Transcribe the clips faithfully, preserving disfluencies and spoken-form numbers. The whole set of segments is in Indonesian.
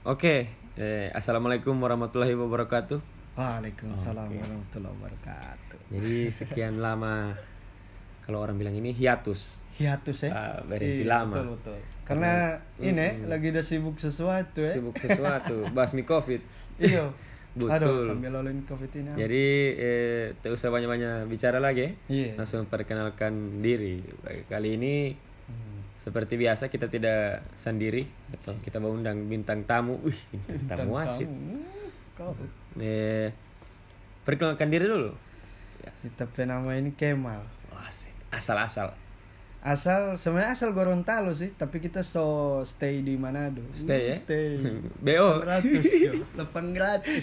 Oke, eh, assalamualaikum warahmatullahi wabarakatuh. Waalaikumsalam okay. warahmatullahi wabarakatuh. Jadi sekian lama, kalau orang bilang ini hiatus. Hiatus ya? Uh, berhenti iya, lama. Betul betul. Karena, Karena ini mm, lagi udah sibuk sesuatu ya. Sibuk sesuatu, basmi covid. Iya. Betul. Aduh, sambil laluin covid ini. Jadi eh, tak usah banyak-banyak bicara lagi. Iya. Langsung perkenalkan diri. Kali ini hmm. seperti biasa kita tidak sendiri, atau kita mengundang bintang tamu. Wih, bintang tamu asyik. Kau. Eh, perkenalkan diri dulu. Yes. Kita nama ini Kemal. Asik. Asal-asal. Asal sebenarnya asal Gorontalo sih, tapi kita so stay di Manado. Stay ya? Stay. B O delapan ratus yo. delapan ratus.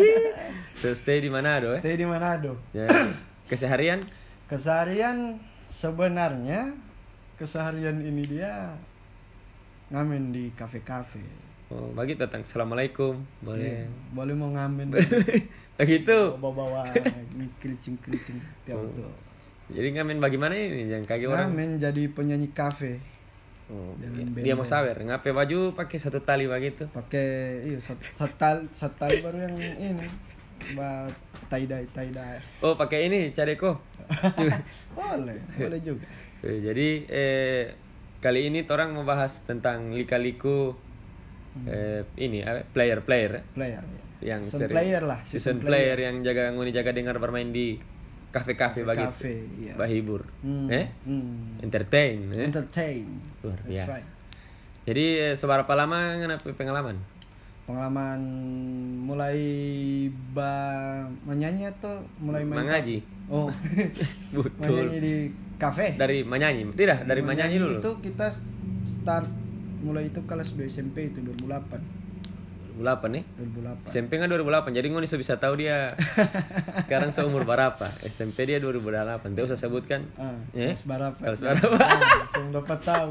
So stay di Manado ya? Stay di Manado. Ya. Keseharian? Keseharian sebenarnya keseharian ini dia ngamen di kafe-kafe. Oh, bagi tentang assalamualaikum, boleh. Ya, boleh mau ngamen. Begitu. Bawa-bawa kericing-kericing tiap oh. tuh. Jadi ngamen bagaimana ini? Jangan kaget orang. Ngamen jadi penyanyi kafe. Oh, dia mau sawer, ngapain baju pakai satu tali begitu? Pakai iya satu, satu tali, satu tali baru yang ini. Ba tie dye tie dye. Oh, pakai ini cadeko. boleh, boleh juga. Jadi eh kali ini orang mau bahas tentang lika-liku hmm. eh ini player-player player ya. Yang season sering player lah, season, season player, player yang jaga nguni jaga dengar bermain di kafe-kafe begitu. Kafe, iya. Bahibur. Hmm. Eh? Hmm. Entertain, eh? Entertain. Luar biasa. Right. Jadi seberapa lama kenapa pengalaman? Pengalaman mulai ba menyanyi atau mulai main mengaji? Oh. Betul. Menyanyi di kafe. Dari menyanyi. Tidak, dari menyanyi, menyanyi dulu. Itu kita start mulai itu kelas dua S M P itu dua ribu delapan. dua ribu delapan nih? dua ribu delapan. S M P kan dua ribu delapan. Jadi ngoni bisa tahu dia sekarang seumur berapa. S M P dia dua ribu delapan. Tidak usah sebutkan. Ah, eh? Kelas berapa? Kelas berapa? Yang dapat tahu.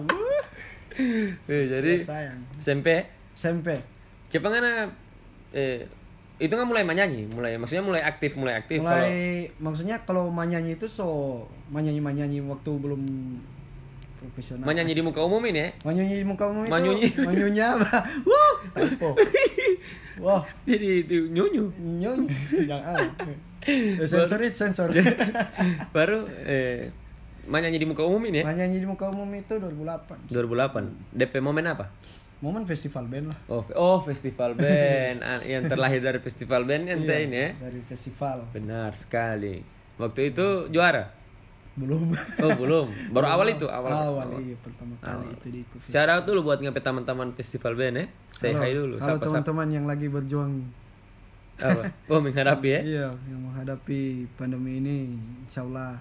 eh, jadi sayang. S M P? S M P. Kepangana eh itu kan mulai menyanyi, mulai maksudnya mulai aktif, mulai aktif. Mulai kalau... maksudnya kalau menyanyi itu so menyanyi-menyanyi waktu belum profesional. Menyanyi di muka umum ini ya? Menyanyi di muka umum itu. Manyunyi. Manyunyi apa? Wuh, typo. Wah, jadi itu nyunyu. Nyunyu. Jangan. Eh, sensor it, sensor. Baru eh menyanyi di muka umum ini ya? Menyanyi di muka umum itu dua ribu delapan. dua ribu delapan. D P momen apa? Momen festival band lah. Oh, oh festival band. Yang terlahir dari festival band ente iya, ini ya? Dari festival. Benar sekali. Waktu itu juara? Belum. Oh, belum. Baru awal itu, awal. Awal, awal. Iya, pertama kali awal. itu diikut. Shout out dulu buat ngapain teman-teman festival band ya. Say hi dulu. Halo teman-teman yang lagi berjuang. Apa? Oh, menghadapi ya? Iya, yang menghadapi pandemi ini, insyaallah.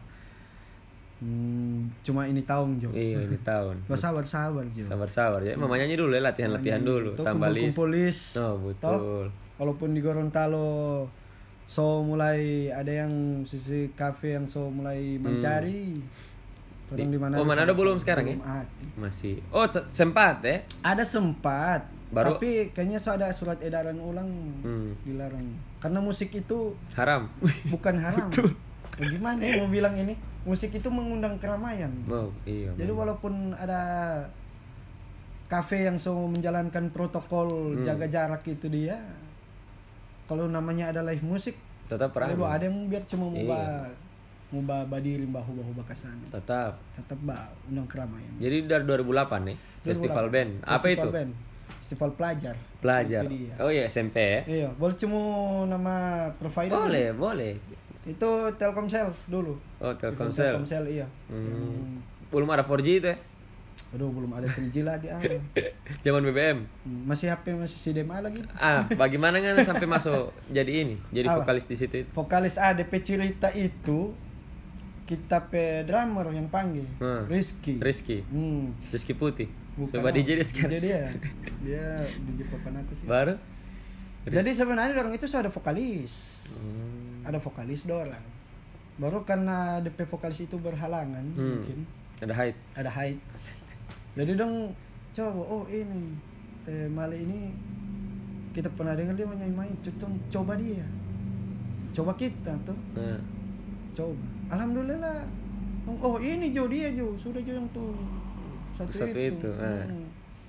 Hmm, cuma ini tahun Jo. Iya, ini tahun. Bersabar-sabar Jo. Sabar-sabar ya. Mau nyanyi dulu ya, latihan-latihan dulu, tambah list. Kumpul list. Oh, betul. Walaupun di Gorontalo so mulai ada yang sisi kafe yang so mulai mencari. Hmm. Di, di mana? Oh, mana ada belum sekarang ya? Hati. Masih. Oh, sempat ya? Ada sempat. Baru... Tapi kayaknya so ada surat edaran ulang hmm. dilarang. Karena musik itu haram. Bukan haram. Betul. Bagaimana ya mau bilang ini? Musik itu mengundang keramaian. Oh, iya. Jadi memang. Walaupun ada kafe yang so menjalankan protokol hmm. jaga jarak itu dia, kalau namanya ada live musik, tetap ramai. Ada yang biar cuma mau iya. mau badiri bahu-bahu bakasan. Tetap. Tetap bah undang keramaian. Jadi dari dua ribu delapan nih, festival band. Apa Festival itu? Band. Festival pelajar. Pelajar. Oh iya, S M P ya? Iya, boleh cuma nama provider. Boleh, ini? Boleh. Itu Telkomsel dulu. Oh, Telkomsel. Telkomsel iya. Hmm. Hmm. Belum ada empat G itu ya? Aduh, belum ada tiga G lah di anu. Zaman B B M. Masih H P masih C D M A lagi. Ah, bagaimana kan sampai masuk jadi ini? Jadi apa? Vokalis di situ itu. Vokalis A D P cerita itu kita pe drummer yang panggil. Hmm. Rizky. Rizky. Hmm. Rizky Putih. Bukan. Coba D J dia sekarang. Jadi dia. Dia D J papan atas ya. Baru. Rizky. Jadi sebenarnya orang itu sudah ada vokalis. Hmm. Ada vokalis dorang. Baru karena D P vokalis itu berhalangan hmm. mungkin. Ada height. Ada height. Jadi dong coba oh ini Teh Male ini kita pernah dengar dia menyanyi main, coba dia. Coba kita tuh. Nah. Coba. Alhamdulillah. Oh ini Jo dia Jo, sudah Jo yang tuh satu, satu itu. itu. Nah. Hmm.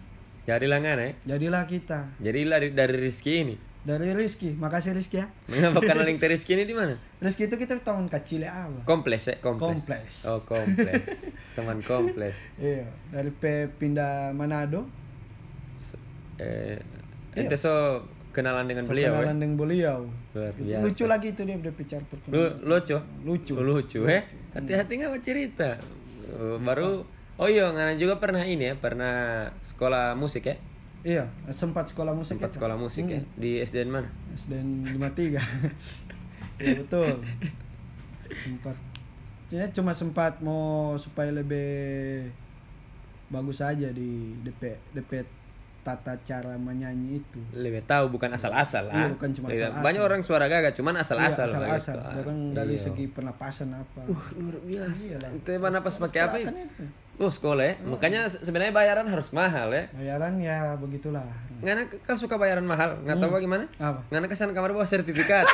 Jadilah ngana ya. Jadilah kita. Jadilah dari, dari Rizky ini. Dari Rizky, makasih Rizky ya. Mengapa kenalin ke Rizky ini di mana? Rizky itu kita teman kecil ya apa? Kompleks ya, kompleks. Kompleks. Oh, kompleks. Teman kompleks. Iya, dari P pindah Manado. Eh, Iya. ente so kenalan dengan So, beliau kenalan ya? dengan beliau. Luar biasa. Lucu lagi itu dia udah bicara Lu, perkenalan. lucu? Lucu. Oh, lucu eh. Hati-hati nggak mau cerita. Oh, baru oh iya, ngana juga pernah ini ya, pernah sekolah musik ya? Iya, sempat sekolah musik. Sempat itu. sekolah musik ya? Hmm. Di S D N mana? S D N lima puluh tiga. Iya betul. Sempat. Ya, cuma sempat mau supaya lebih bagus aja di D P D P tata cara menyanyi itu. Lebih tahu, bukan asal-asal lah. Iya, bukan cuma Iya, asal-asal. Banyak orang suara gagah, cuman asal-asal. Iya, lah asal-asal. gitu. Orang dari Iya. segi pernapasan apa. Uh, luar biasa. Iyalah. Itu mana pas pakai apa ya? Sekolah kan itu. Oh, sekolah ya. Makanya se- sebenarnya bayaran harus mahal ya. Bayaran ya begitulah. Ngana kan suka bayaran mahal, nggak tahu bagaimana? Apa? Ngana kesan kamar bawa sertifikat.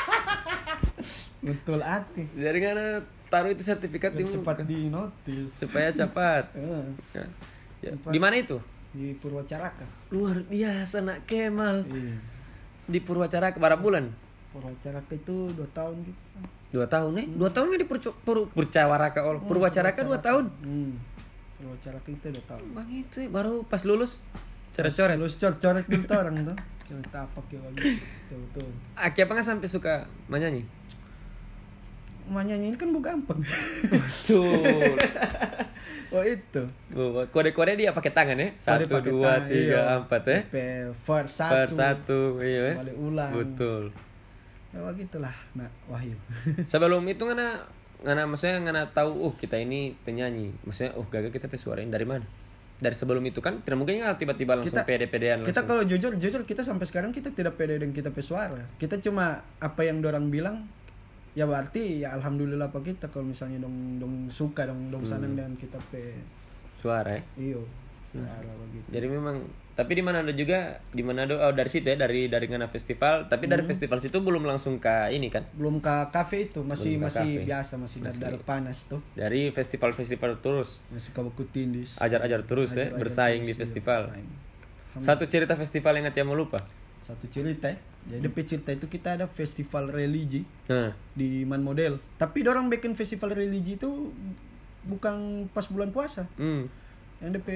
Betul hati. Jadi ngana taruh itu sertifikat di Biar cepat muka di notis. supaya cepat. Eh, Ya. Ya. Cepat. Di mana itu? di Purwacaraka. Luar biasa nak Kemal. Iya. Di Purwacaraka berapa bulan? Purwacaraka itu dua tahun gitu. Dua tahun nih? Dua tahun nggak di Purco- Pur Purwacaraka? Oh, Purwacaraka dua tahun? Hmm. Purwacaraka itu dua tahun. Bang itu ya, baru pas lulus coret-coret. Lu coret-coret dulu orang tuh. Coret apa kayak begitu. Betul betul. Aki apa nggak sampai suka menyanyi? Menyanyi ini kan bukan gampang. Betul. Oh itu. Oh, kode-kode dia pakai tangan ya? Satu, pakai dua, tangan, tiga, iya. empat ya? P per satu. Per satu, iya. ya? Balik ulang. Betul. Ya begitulah, Nak Wahyu. Sebelum itu ngana ngana maksudnya ngana tahu, uh kita ini penyanyi. Maksudnya, uh gagal kita pesuarain dari mana? Dari sebelum itu kan tidak mungkin nggak tiba-tiba langsung Kita- pede-pedean Kita langsung. kalau jujur, jujur kita sampai sekarang kita tidak pede dengan kita pesuara. Kita cuma apa yang dorang bilang, ya berarti ya alhamdulillah apa kita kalau misalnya dong dong suka dong dong senang dengan kita pe suara ya. iyo suara begitu. Jadi memang tapi di mana ada juga di mana ada oh, dari situ ya dari dari ngana festival, tapi dari Hmm. festival situ belum langsung ke ini kan. Belum ke kafe itu, masih Belum ke masih kafe. biasa, masih Masih- dar panas tuh. Dari festival-festival terus Masih ke buku tindis. ajar-ajar terus ya, Ajar-ajar bersaing terus, di iya, festival. bersaing. Satu cerita festival yang nggak mau lupa. Satu cerita ya. Jadi pe cerita itu kita ada festival religi Nah, di Man Model. Tapi orang bikin festival religi itu bukan pas bulan puasa. hmm. Yang D P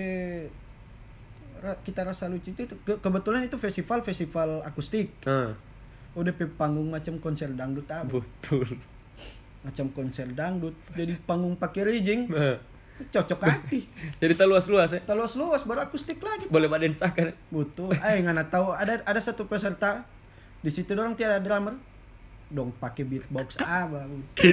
ra- kita rasa lucu itu ke- kebetulan itu festival festival akustik. Nah, Udah pe panggung macam konser dangdut apa? betul. Macam konser dangdut. Jadi panggung pakai rigging, Nah, cocok hati. jadi terluas-luas ya. Terus luas baru akustik lagi. Boleh badan sakan. Betul. Eh nggak tahu ada ada satu peserta di situ dorang tiada drummer. Dong pakai beatbox apa?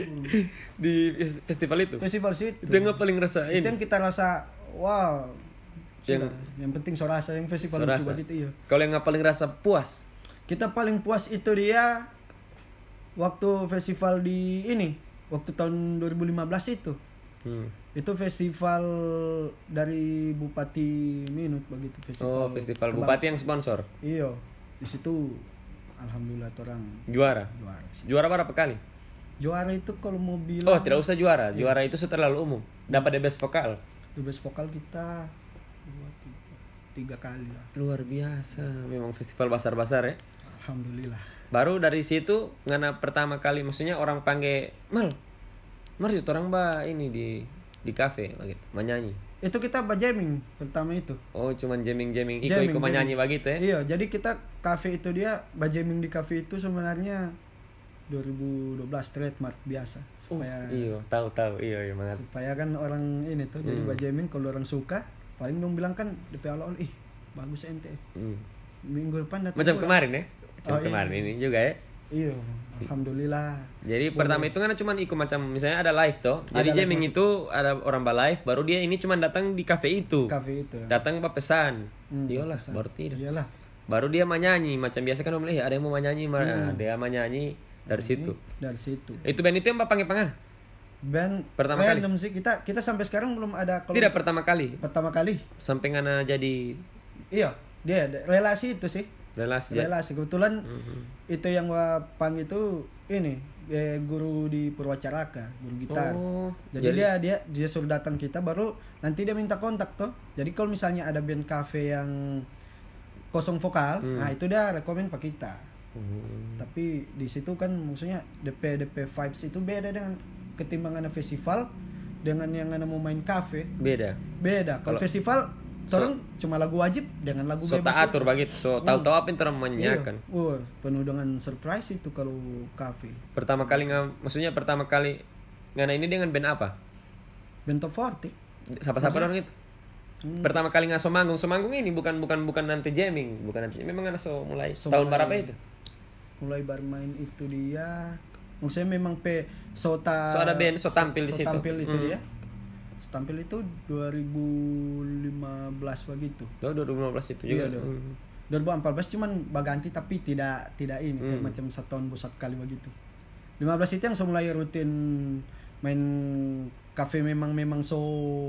Di fes- festival itu. Festival situ. Itu yang nggak paling Itu rasain. yang kita rasa wow. Yang- Sudah. Yang penting so rasa yang festival So lucu rasa. banget itu iya. Kalau yang nggak paling rasa puas. Kita paling puas itu dia waktu festival di ini, waktu tahun dua ribu lima belas itu. Hmm. Itu festival dari Bupati Minut begitu festival. Oh, festival Kebang- bupati yang sponsor. Iya. Di situ alhamdulillah orang Juara. juara sih. Juara berapa kali? Juara itu kalau mau bilang Oh, tidak usah juara. Juara itu sudah terlalu umum. Dapat the best vokal. the best vokal kita dua, tiga, tiga kali lah. Luar biasa. Memang festival basar-basar ya. Alhamdulillah. Baru dari situ ngana pertama kali maksudnya orang panggil mal. Mar itu orang ba ini di di kafe begitu, menyanyi. Itu kita jamming pertama itu. Oh, cuman jamming-jamming, Jamming, iko-iko menyanyi jamming. begitu ya. Iya, jadi kita kafe itu dia jamming di kafe itu sebenarnya dua ribu dua belas trademark biasa Oh, supaya iya, tahu tahu, iya iya banget. supaya kan orang ini tuh jadi Hmm. jamming kalau orang suka paling dong bilang kan D P awal ih bagus ente Hmm. minggu depan datang Macam pula. kemarin ya. Macam Oh, iya. kemarin ini juga ya. Iya, alhamdulillah. Jadi Boleh. pertama itu kan cuma ikut macam misalnya ada live toh. Jadi Ada live jamming musik. itu ada orang ba live, baru dia ini cuma datang di kafe itu. Kafe itu. Datang ba pesan. Hmm, Iyalah, pesan. baru tidak. Iyalah. Baru dia menyanyi macam biasa kan orang bilang, "Eh, ada yang mau menyanyi, Mar." Hmm. Nah, dia menyanyi dari situ. Dari situ. Itu band itu yang Mbak panggil-panggil? Band Pertama random sih kita kita sampai sekarang belum ada kalau Tidak pertama kali. pertama kali. Sampai ngana jadi Iya, dia ada relasi itu sih. relasi. ya? Relasi kebetulan Mhm. itu yang Wapang itu ini eh, guru di Purwacaraka, guru gitar. Oh, Jadi, dia dia dia suruh datang kita baru nanti dia minta kontak tuh. Jadi kalau misalnya ada band cafe yang kosong vokal, Hmm. nah itu dia rekomen pak kita. Hmm. Tapi di situ kan maksudnya D P D P vibes itu beda dengan ketimbang ada festival dengan yang ada mau main kafe. Beda. Beda. Kalau Kalau- festival orang cuma lagu wajib dengan lagu So bebas. tak atur itu. begitu. So Hmm. tahu-tahu apa yang orang menyanyikan. Iya. Wah, penuh dengan surprise itu kalau kafe. Pertama kali nggak, maksudnya pertama kali ngana ini dengan band apa? Bento Forte. Siapa-siapa Maksudnya? orang itu? Hmm. Pertama kali ngaso manggung, so manggung ini bukan bukan bukan nanti jamming, bukan nanti. Memang ngana so mulai So tahun mulai- berapa itu? Mulai bermain itu dia. Maksudnya memang pe sota. So ada band, so tampil di so situ. Tampil itu Hmm. dia. So tampil itu dua ribu lima belas begitu. Oh, dua ribu lima belas itu Iya, juga. dong. Hmm. dua ribu empat belas cuman baganti tapi tidak tidak ini kayak Hmm. macam satu tahun satu kali begitu. lima belas itu yang so mulai rutin main kafe memang memang so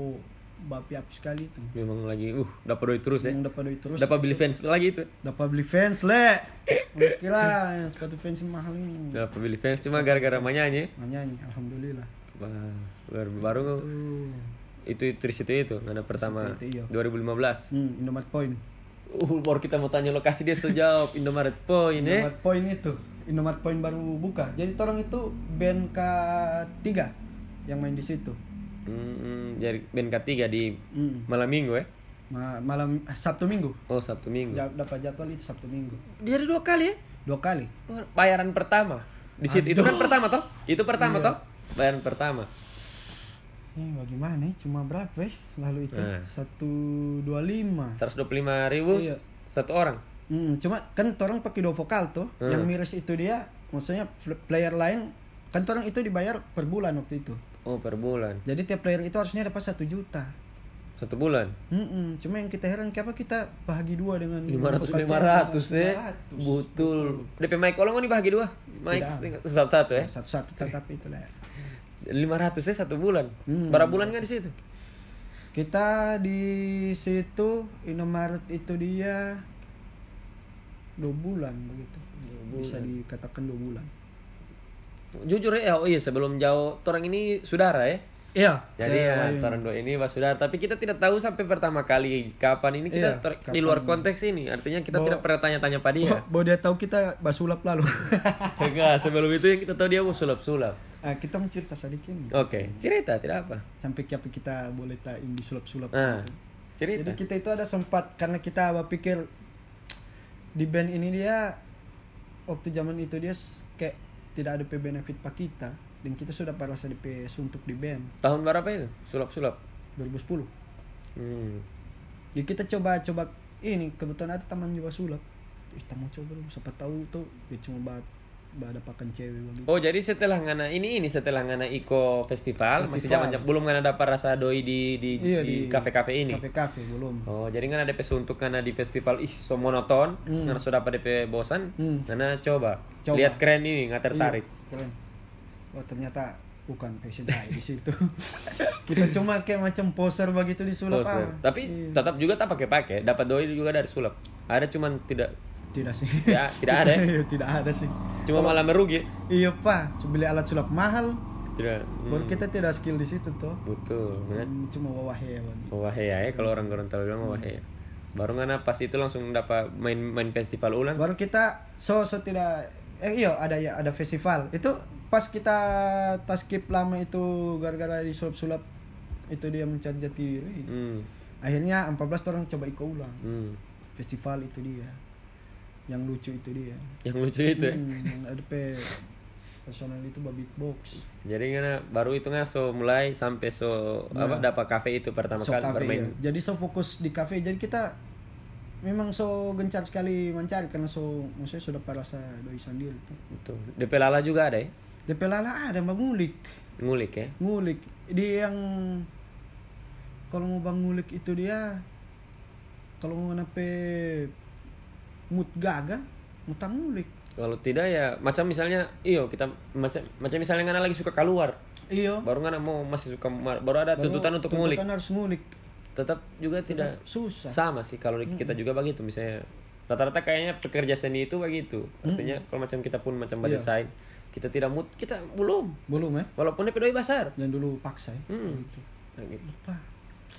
bapi api sekali itu. Memang lagi uh dapat duit terus ya. Memang dapat duit terus. Dapat beli fans lagi itu. Dapat beli fans le. Oke lah, yang sepatu fans yang mahal ini. Dapat beli fans cuma gara-gara menyanyi. Nyanyi, alhamdulillah. Wah, baru baru Tuh. itu itu di situ itu ngana pertama Situ itu, iya. dua ribu lima belas. Hmm, Indomaret Point. Uh, baru kita mau tanya lokasi dia so jawab Indomaret Point eh. Indomaret Point itu. Indomaret Point baru buka. Jadi orang itu band K tiga yang main di situ. Hmm, jadi band ketiga di Hmm. malam minggu ya. Ma- malam Sabtu Minggu. Oh, Sabtu Minggu. Ja- dapat jadwal itu Sabtu Minggu. Dia ada dua kali ya? Dua kali. Oh, bayaran pertama. Di situ itu Aduh. kan pertama toh? Itu pertama Iya. toh? Bayaran pertama. Eh, bagaimana? Cuma berapa ya? Lalu itu Nah. satu dua lima. seratus dua puluh lima ribu Iya. satu orang. Hmm, cuma kan orang pakai dua vokal tuh. Hmm. Yang miris itu dia, maksudnya fl- player lain kan orang itu dibayar per bulan waktu itu. Oh, per bulan. Jadi tiap player itu harusnya dapat satu juta. Satu bulan. Hmm, cuma yang kita heran kenapa kita bahagi dua dengan lima ratus vokal lima cewek. ratus ya. lima ratus. Betul. D P mic kolong nih bagi dua. Mic Tidak. satu-satu ya. Satu-satu tetapi itu lah. lima ratus ya satu bulan. Hmm. Berapa bulan kan di situ? Kita di situ Indomaret itu dia dua bulan begitu. Bisa dikatakan dua bulan. Jujur ya, oh iya sebelum jauh orang ini saudara ya. Iya. Jadi ya, orang dua ini was saudara, tapi kita tidak tahu sampai pertama kali kapan ini kita Iya, ter- kapan. di luar konteks ini. Artinya kita Bahwa- tidak pernah tanya-tanya pada dia. Bahwa dia tahu kita basulap lalu. Enggak, sebelum itu yang kita tahu dia mau sulap-sulap. Ah, kita mencerita sedikit nih. Oke, cerita tidak apa. Sampai apa kita boleh tak ini sulap-sulap. Nah, gitu. cerita. Jadi kita itu ada sempat karena kita berpikir di band ini dia waktu zaman itu dia s- kayak tidak ada P benefit pak kita dan kita sudah merasa D P suntuk di band Tahun berapa itu? Sulap-sulap. dua ribu sepuluh. Hmm. Jadi kita coba-coba ini kebetulan ada teman juga sulap. Ih, kita mau coba dulu siapa tahu tuh dia cuma bat ada pakan cewek begitu. Oh, jadi setelah ngana ini ini setelah ngana Iko Festival, masih Festival. zaman belum ngana dapat rasa doi di di Iya, di kafe-kafe ini. Kafe-kafe belum. Oh, jadi ngana D P suntuk ngana di festival ih so monoton, Hmm. ngana sudah dapat D P bosan, Hmm. ngana coba. Coba. Lihat keren ini, nggak tertarik. Iya, keren. Wah ternyata bukan passion saya di situ. Kita cuma kayak macam poser begitu di sulap. Poser. ah. Tapi Iya. tetap juga tak pakai-pakai, dapat doi juga dari sulap. Ada cuman tidak Tidak sih. Tidak- tidak ada ya? Iya, tidak ada sih. cuma malah merugi. Iya pak, so, beli alat sulap mahal. Tidak. Baru hmm, kita tidak skill di situ tuh. betul, kan? Hmm, Cuma wawahe lagi. Wah ya, kalau orang Gorontalo bilang wah ya. Baru ngana pas itu langsung dapat main main festival ulang. Baru kita so so tidak eh iya ada ya ada festival. Itu pas kita taskip lama itu gara-gara di sulap-sulap itu dia mencari jati diri. Hmm. Akhirnya empat belas orang coba ikut ulang. Hmm. Festival itu dia. Yang lucu itu dia. Yang lucu itu. ya. Hmm, yang ada pe personal itu babi box. Jadi ngana baru itu ngaso mulai sampai so apa Nah. dapat kafe itu pertama So kali cafe, bermain. ya. Jadi so fokus di kafe. Jadi kita memang so gencar sekali mencari karena so maksudnya sudah parasa doi sendiri tuh. Betul. D P Lala juga ada ya? D P Lala ada bang ngulik. Ngulik ya. Ngulik. Dia yang kalau mau bang ngulik itu dia kalau mau nape mood gaga, mutang ngulik. Kalau tidak ya macam misalnya iyo kita macam macam misalnya ngana lagi suka keluar. Iyo. Baru ngana mau masih suka baru ada tuntutan untuk ngulik. Tuntutan harus ngulik. Tetap juga tidak Susah. sama sih kalau kita juga begitu misalnya rata-rata kayaknya pekerja seni itu begitu artinya kalau macam kita pun macam Iya. desain kita tidak mood kita belum Belum ya? walaupun D P doi besar Yang dulu paksa ya. Hmm. Gitu. nah, gitu. Lupa.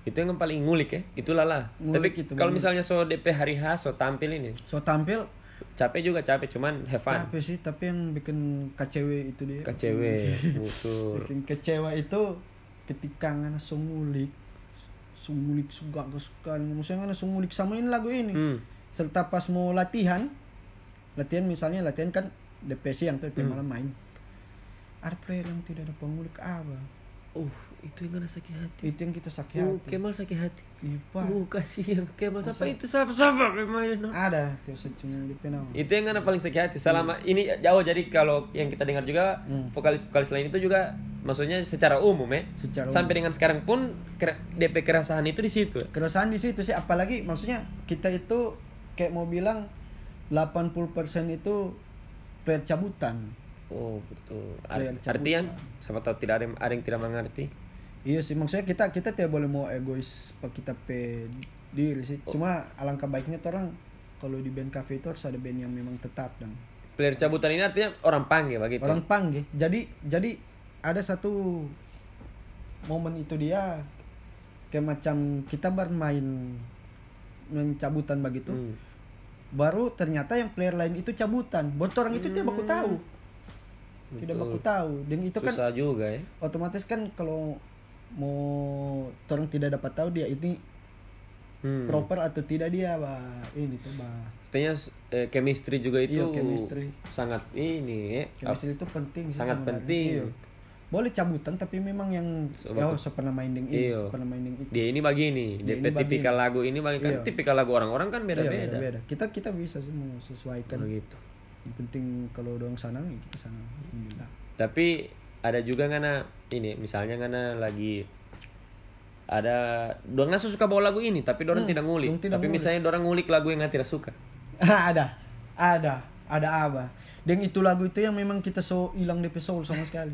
Itu yang paling ngulik ya, itulah lah. Tapi Ngulik itu, kalau ngulik. misalnya so D P hari H, so tampil ini, So tampil capek juga capek, cuman have fun. capek sih, tapi yang bikin kecewa itu dia. Kecewe, betul. Bikin kecewa itu ketika ngana so ngulik, so ngulik suka kesukaan, maksudnya ngana so ngulik sama ini lagu ini. Hmm. Serta pas mau latihan, latihan misalnya latihan kan D P siang tuh, D P Hmm. malam main. Ada player yang tidak ada pengulik apa? Uh, itu yang kena sakit hati. Itu yang kita sakit Uh, hati. Kemal sakit hati. Ipa. Uh, kasihan Kemal. Siapa Masa- itu? Siapa siapa Kemal? Ada tuh secuma di penang. Itu yang kena paling sakit hati. Selama ini jauh, jadi kalau yang kita dengar juga Hmm. vokalis-vokalis lain itu juga, maksudnya secara umum ya. Secara Sampai dengan sekarang pun kera- D P kerasahan itu di situ. keresahan di situ sih, apalagi maksudnya kita itu kayak mau bilang delapan puluh persen itu player cabutan. Oh betul. Player Art- artian, cabutan. siapa tahu tidak ada yang, ada yang tidak mengerti. Iya sih, maksudnya kita kita tidak boleh mau egois pak kita pe diri sih. Oh. Cuma alangkah baiknya orang kalau di band cafe itu harus ada band yang memang tetap dan Player cabutan ini artinya orang panggil begitu. orang panggil. Jadi jadi ada satu momen itu dia kayak macam kita bermain main cabutan begitu. Hmm. Baru ternyata yang player lain itu cabutan. Buat orang itu tidak baku tahu. Tidak Betul. baku tahu. Dan itu kan Susah juga ya. otomatis kan kalau mau orang tidak dapat tahu dia ini Hmm. proper atau tidak dia bah ini tuh bah Artinya eh, chemistry juga itu Iya, chemistry. sangat ini ya. chemistry itu penting sih Sangat sebenarnya. penting. Iya. Boleh cabutan tapi memang yang So, oh, baku- so pernah main dengan ini, Iya. so pernah main dengan itu. Dia ini begini, Dia D P ini begini. tipikal lagu ini bagi kan Iya. tipikal lagu orang-orang kan Iya, beda-beda. beda-beda. Kita kita bisa sih mau sesuaikan. Begitu. Yang penting kalau doang sanang ya kita sanang. Alhamdulillah. Tapi ada juga ngana ini, misalnya ngana lagi ada dorang nggak suka bawa lagu ini, tapi dorang Hmm, tidak ngulik. dorang tidak Tapi ngulik. misalnya dorang ngulik lagu yang nggak tidak suka. ada. Ada. Ada apa? Dan itu lagu itu yang memang kita so hilang D P soul sama sekali.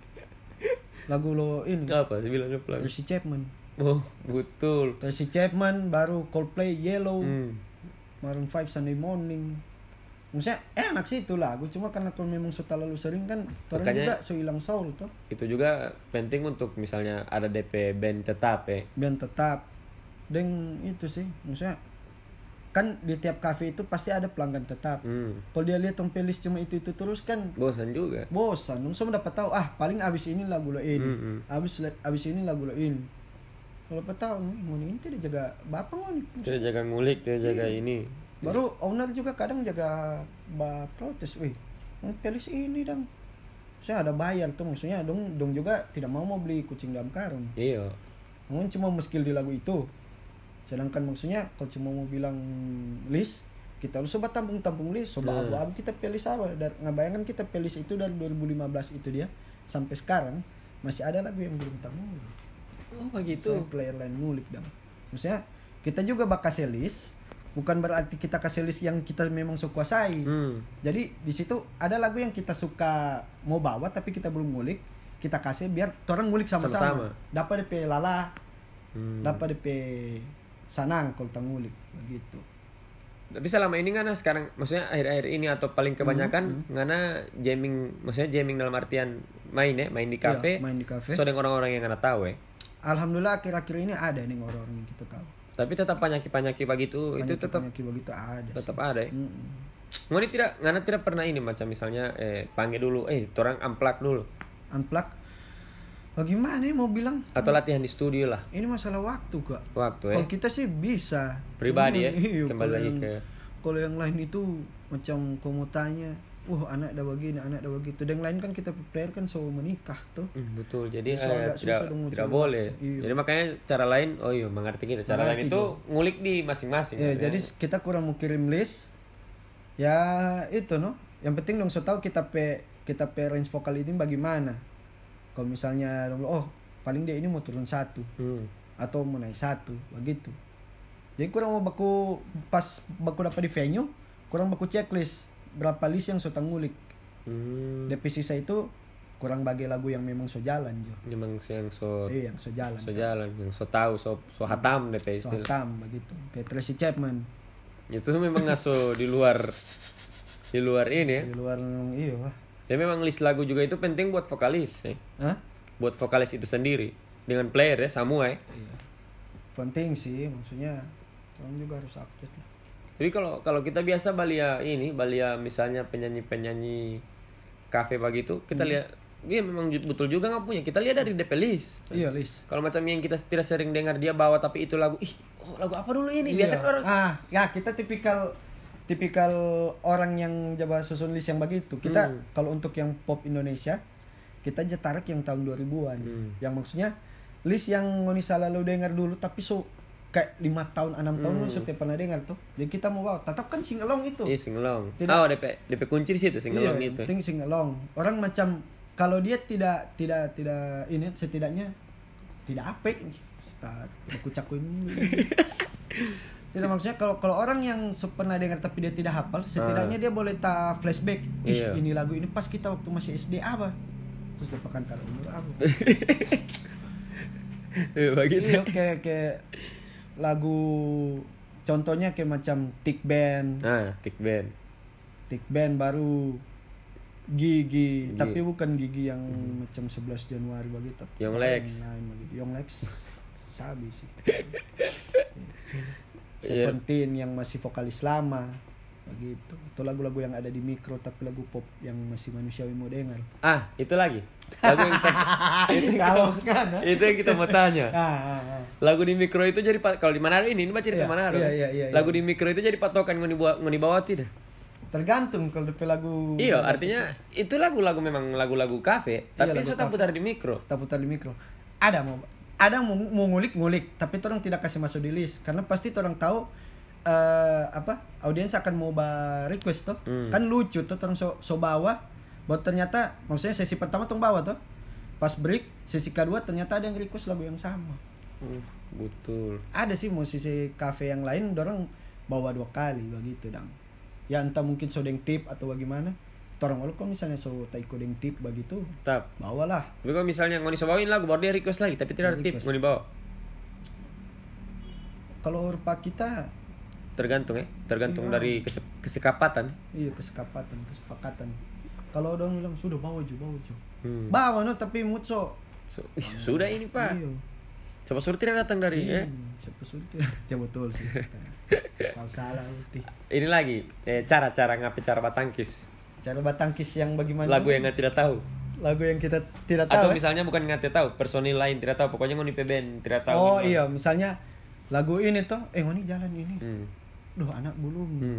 Lagu lo ini. Apa? Saya bilang apa lagu? Tracy Chapman. Oh, betul. Tracy Chapman, baru Coldplay Yellow, Hmm. Maroon five Sunday Morning. Maksudnya enak sih itu lagu, cuma karena kalau memang sudah terlalu sering kan orang Makanya- juga so hilang soul tuh. Itu juga penting untuk misalnya ada D P band tetap ya. Band tetap. Dan itu sih, maksudnya kan di tiap cafe itu pasti ada pelanggan tetap. Hmm. Kalau dia lihat tong playlist cuma itu itu terus kan Bosan juga. bosan. Semua dapat tahu ah paling abis ini lagu lo ini, Mm-mm. abis abis ini lagu lo ini. Kalau dapat tahu mau ini tidak jaga bapak mau Dia jaga ngulik, dia jaga ini. baru owner juga kadang jaga ba protes, wih, yang playlist ini dong. Saya ada bayar tuh, maksudnya dong dong juga tidak mau mau beli kucing dalam karung. Iya. Mungkin cuma meskill di lagu itu. Sedangkan maksudnya kalau cuma mau bilang list, kita harus coba tampung-tampung list, coba Hmm. abu-abu kita playlist apa. Dan ngebayangkan kita playlist itu dari dua ribu lima belas itu dia sampai sekarang masih ada lagu yang belum tamu. Oh, begitu. Saya player lain ngulik dong. Maksudnya kita juga bakal kasih list, bukan berarti kita kasih list yang kita memang suka kuasai. Hmm. Jadi di situ ada lagu yang kita suka mau bawa tapi kita belum ngulik, kita kasih biar orang ngulik sama-sama. Sama-sama. Dapat D P lala, Hmm. dapat D P sanang kalau tak ngulik begitu. Tapi selama ini ngana sekarang, maksudnya akhir-akhir ini atau paling kebanyakan ngana jamming, maksudnya jamming dalam artian main ya, main di kafe. Iya, main di kafe. So dengan orang-orang yang ngana tahu ya. Alhamdulillah akhir-akhir ini ada nih orang-orang yang kita tahu. Tapi tetap panyaki-panyaki begitu, itu tetap Penyakit begitu ada. tetap sih. ada ya. Mm-mm. Ngani tidak, ngana tidak pernah ini macam misalnya eh panggil dulu, eh orang unplug dulu Unplug. Bagaimana ya mau bilang? atau latihan di studio lah Ini masalah waktu kak. waktu ya. Kalau kita sih bisa. Pribadi ya, Cuman, iya, kembali kalau lagi yang- ke Kalau yang lain itu macam kau mau tanya, wah anak dah begini, anak dah begitu. Dan yang lain kan kita player kan so menikah tuh. Hmm, betul. Jadi So, eh, agak tidak susah dong mau tidak coba. boleh. Iya. Jadi makanya cara lain, oh iya mengerti kita. Cara lain Mengerti itu dong. ngulik di masing-masing. Ya, kan, jadi kita kurang mau kirim list. Ya itu no. Yang penting dong so tahu kita pe kita pe range vokal ini bagaimana. Kalau misalnya dong oh paling dia ini mau turun satu Hmm. atau mau naik satu begitu. Jadi kurang mau baku pas baku dapat di venue, kurang baku checklist berapa list yang so ngulik. Hmm. D P sisa itu kurang bagi lagu yang memang so jalan jo. Memang yang so Iya, yang so jalan. so jalan, yang so tahu, so so hatam deh So istilah. hatam begitu. Kayak Tracy Chapman Itu memang ngaso di luar di luar ini ya. di luar iya wah. Ya memang list lagu juga itu penting buat vokalis ya. Hah? Buat vokalis itu sendiri dengan player ya semua ya. Iya. penting sih, maksudnya orang juga harus update lah. Tapi kalau kalau kita biasa balia ini, balia misalnya penyanyi-penyanyi kafe begitu, kita hmm. lihat dia memang betul juga nggak punya. Kita lihat dari D P list. Iya, list. Kalau macam yang kita tidak sering dengar dia bawa tapi itu lagu, ih, oh lagu apa dulu ini? Iya. Biasa orang ah, ya kita tipikal tipikal orang yang coba susun list yang begitu. Kita hmm. kalau untuk yang pop Indonesia, kita aja tarik yang tahun dua ribuan. Hmm. Yang maksudnya list yang ngoni selalu dengar dulu tapi so kayak lima tahun enam tahun hmm. setiap pernah dengar tuh. Jadi kita mau bawa, tetap kan singalong itu. Iya, singalong. Oh, D P D P kunci di situ singalong iya, itu. Penting singalong. Orang macam kalau dia tidak tidak tidak ini setidaknya tidak apik. Start aku cakuin. Tidak, maksudnya kalau kalau orang yang pernah dengar tapi dia tidak hafal, setidaknya uh. dia boleh tak flashback. Ih, iya. Ini lagu ini pas kita waktu masih S D apa? Terus dia pakai antar umur apa? Begitu. Iya, kayak kayak lagu contohnya kayak macam Tick Band. Ah, Tick Band. Tick Band baru Gigi, Gigi. Tapi bukan Gigi yang hmm. macam sebelas Januari begitu. Young Lex. Young Lex. Sabi sih. Seventeen yang masih vokalis lama begitu. Itu lagu-lagu yang ada di Mikro tapi lagu pop yang masih manusiawi mau dengar. Ah, itu lagi. Lagu yang kita, itu, yang kita, kan, itu yang kita mau tanya. ah, ah, ah. Lagu di Mikro itu jadi kalau di Manado ini, ini baca cerita iya, Manado. Iya, iya, iya, lagu iya. di Mikro itu jadi patokan mau dibawa mau dibawa tidak? Tergantung kalau D P lagu. Iya, artinya itu lagu-lagu memang lagu-lagu kafe, iya, tapi sudah putar di Mikro. Sudah putar di Mikro. Ada mau ada mau, mau ngulik-ngulik, tapi orang tidak kasih masuk di list karena pasti orang tahu uh, apa audiens akan mau ba request tuh. Hmm. Kan lucu tuh orang so, so bawa, buat ternyata maksudnya sesi pertama tuh bawa tuh. Pas break sesi kedua ternyata ada yang request lagu yang sama. Uh, betul. Ada sih musisi kafe yang lain orang bawa dua kali begitu dang. Ya entah mungkin so deng tip atau bagaimana. Orang walau kalau misalnya so taiko deng tip begitu, tap bawalah. Tapi kalau misalnya ngoni so bawain lagu baru dia request lagi tapi tidak ada tip ngoni bawa. Kalau rupa kita tergantung ya, tergantung iya. dari kese kesekapatan. Iya, kesekapatan, kesepakatan. Kalau orang bilang sudah bawa ju, bawa ju. Hmm. Bawa no tapi mood so, so ih, sudah ini Pak. Iya. Coba suruh tidak datang dari iya, ya. Coba suruh tidak. Ya betul sih. Kalau salah uti. Ini lagi eh, cara-cara ngapain cara batangkis. Cara batangkis yang bagaimana? Lagu yang nggak tidak tahu. Lagu yang kita tidak tahu. Atau eh? misalnya bukan nggak tahu, personil lain tidak tahu, pokoknya ngoni P band tidak tahu. Oh gimana. Iya, misalnya lagu ini tuh, eh ngoni jalan ini. Hmm. Duh, anak belum. Hmm.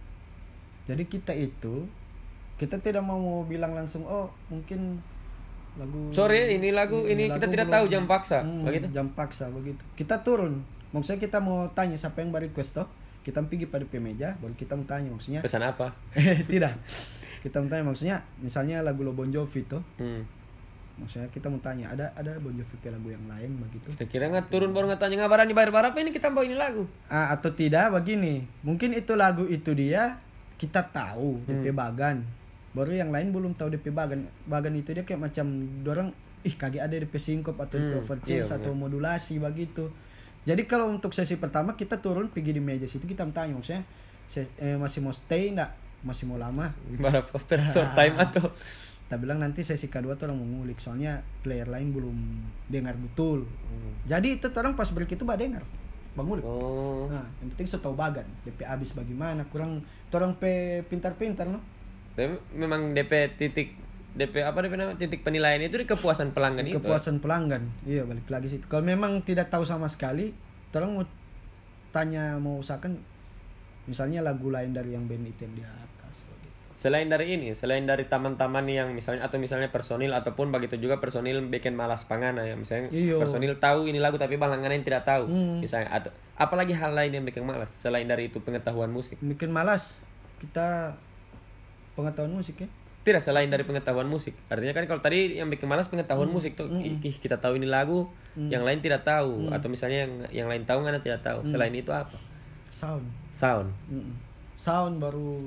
Jadi kita itu kita tidak mau bilang langsung oh mungkin lagu sorry ini lagu ini, ini kita lagu tidak belum, tahu jam paksa hmm, begitu jam paksa begitu kita turun maksudnya kita mau tanya siapa yang request toh kita pergi pada P meja baru kita mau tanya maksudnya pesan apa tidak kita mau tanya maksudnya misalnya lagu lo Bon Jovi toh hmm. maksudnya kita mau tanya ada ada Bon Jovi lagu yang lain begitu kita kira nggak turun baru nggak tanya ngabaran dibayar berapa ini kita bawa ini lagu ah, atau tidak begini mungkin itu lagu itu dia kita tahu hmm. D P Bagan baru yang lain belum tahu D P Bagan. Bagan itu dia kayak macam dorang ih kaget ada D P sinkop atau hmm, overchange iya, atau modulasi begitu. Jadi kalau untuk sesi pertama kita turun pergi di meja situ kita tanya maksudnya eh, masih mau stay enggak? Masih mau lama? Berapa per short time atau kita bilang nanti sesi kedua tuh orang mau ngulik soalnya player lain belum dengar betul. Hmm. Jadi itu orang pas break itu bah dengar. Bang ngulik. Oh. Nah, yang penting setahu Bagan D P habis bagaimana kurang orang pe pintar-pintar no. Memang D P titik D P apa D P nama titik penilaian itu di kepuasan pelanggan di itu. Kepuasan pelanggan. Iya, balik lagi situ. Kalau memang tidak tahu sama sekali, tolong mau tanya mau usahakan misalnya lagu lain dari yang band itu yang di atas begitu. Selain dari ini, selain dari taman-taman yang misalnya atau misalnya personil ataupun begitu juga personil bikin malas pangana ya misalnya Iyo. Personil tahu ini lagu tapi pelanggan yang tidak tahu. Hmm. Misalnya atau apalagi hal lain yang bikin malas selain dari itu pengetahuan musik. Bikin malas kita pengetahuan musik ya? Tidak selain dari pengetahuan musik. Artinya kan kalau tadi yang bikin malas pengetahuan hmm. musik tuh, mm. ih kita tahu ini lagu, mm. yang lain tidak tahu, mm. atau misalnya yang yang lain tahu nggak tidak tahu. Mm. Selain itu apa? Sound. Sound. Mm. Sound baru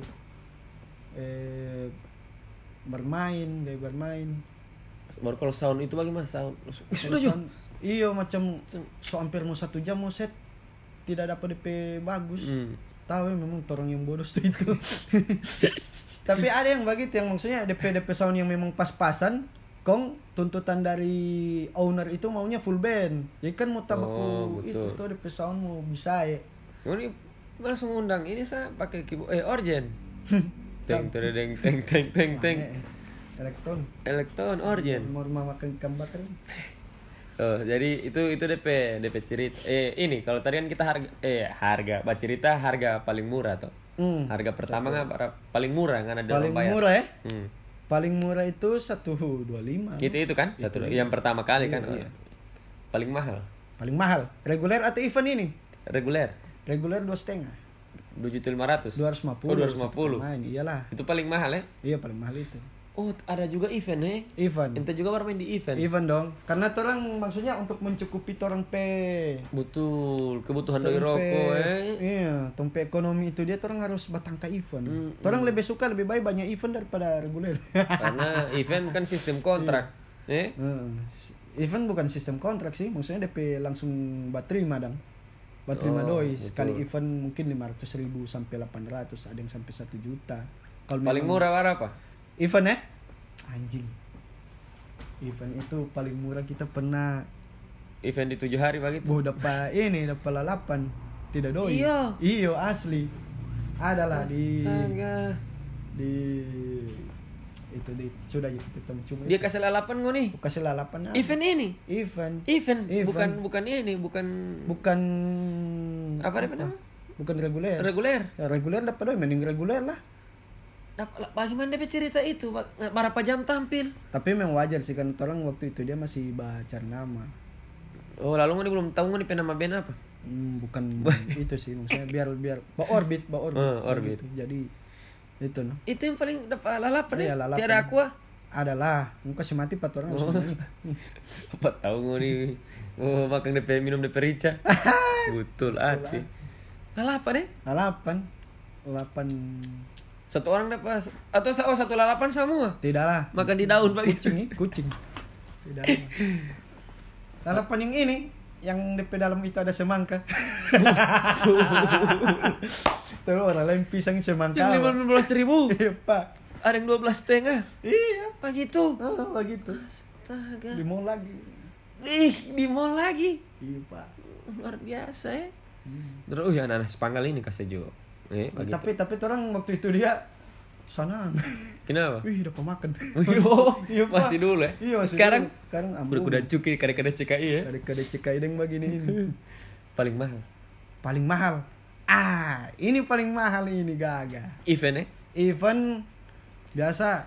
eh, bermain, gaya bermain. Baru kalau sound itu bagaimana sound? Sudah sound, iyo macam so hampir mau satu jam mau set tidak dapat D P bagus. Mm. Tahu ya memang orang yang bodoh tuh itu. Tapi ada yang begitu yang maksudnya D P D P sound yang memang pas-pasan Kong tuntutan dari owner itu maunya full band. Jadi kan mau tabaku Oh, itu betul. tuh di sound mau bisa ya. Ini langsung undang ini saya pakai keyboard eh organ. Teng teng teng teng teng teng teng. Elektron. Elektron organ. Mau rumah makan ikan bakar. Oh, jadi itu itu D P D P cerita. Eh ini kalau tadi kan kita harga eh harga, bah cerita harga paling murah tuh. Hmm, Harga pertama nggak paling murah kan ada paling orang bayar. murah ya? Hmm. Paling murah itu satu dua lima. Itu itu kan Itu satu iya. yang pertama kali Iya, kan. iya. Paling mahal. Paling mahal. Reguler atau event ini? Reguler Reguler dua setengah. dua juta lima ratus. Dua ratus lima puluh. Oh, dua ratus lima puluh. Main, iyalah. Itu paling mahal ya? Iya paling mahal itu. Oh, ada juga event ya? Event. Ente juga bermain di event. Event dong. Karena orang maksudnya untuk mencukupi orang pe. Betul, kebutuhan dari Torang pe- rokok eh. Iya, tompe ekonomi itu dia orang harus batangka event. Hmm, Orang lebih suka lebih baik banyak event daripada reguler. Karena event kan sistem kontrak. Eh? Hmm. Event bukan sistem kontrak sih, maksudnya D P langsung baterima dong. Baterima Oh, doi. betul. Sekali event mungkin lima ratus ribu sampai delapan ratus, ada yang sampai satu juta. Kalau Paling memang- murah berapa? Event ya? Anjing. Event itu paling murah kita pernah Event di tujuh hari begitu. bu dapat ini dapat lalapan. Tidak doi. Iya. Iyo asli. Adalah di Astaga. di itu di sudah itu kita cuma Dia kasih lalapan gue nih. kasih lalapan apa? Event ini. Event Event, Event. bukan bukan ini, bukan bukan apa namanya? bukan reguler. Reguler. Ya, reguler dapat doi mending reguler lah. Dap- Bagaimana dia cerita itu? Ba- Berapa jam tampil? Tapi memang wajar sih kan orang waktu itu dia masih baca nama. Oh, lalu gue belum tahu gue nama band apa. Hmm, bukan itu sih maksudnya biar biar ba orbit ba orbit. Oh, orbit. Gitu. Jadi itu no. Itu yang paling dapat lalapan Iya, ya. lalapan. Tiada aqua. Adalah, muka si mati pat orang Oh. semuanya. Apa tahu gue nih. Oh, makan D P minum D P rica. Betul hati. Lalapan ya? Lalapan. Lalapan Satu orang dapat atau oh satu lalapan semua. tidak lah. Makan di daun pagi. Kucing nih, kucing. Tidak. lah. Lalapan yang ini yang di dalam itu ada semangka. Tuh orang lain pisang semangka. Yang lima belas ribu. Iya, Pak. Ada yang dua belas setengah. Iya. Begitu. Oh, begitu. Astaga. Di mall lagi. Ih, di mall lagi. Iya, Pak. Luar biasa ya. Hmm. Terus oh ya anak Spanggal ini kasih jo. Eh, begitu. Tapi tapi orang waktu itu dia sana. Kenapa? Wih, dapat makan. Oh, Iya, Pak. masih dulu ya. Iya, masih Sekarang dulu. Sekarang ampun. berkuda cuki kada-kada C K I ya. Kada-kada cekai deng begini ini. Paling mahal. Paling mahal. Ah, ini paling mahal ini Gaga. Event ya? Event biasa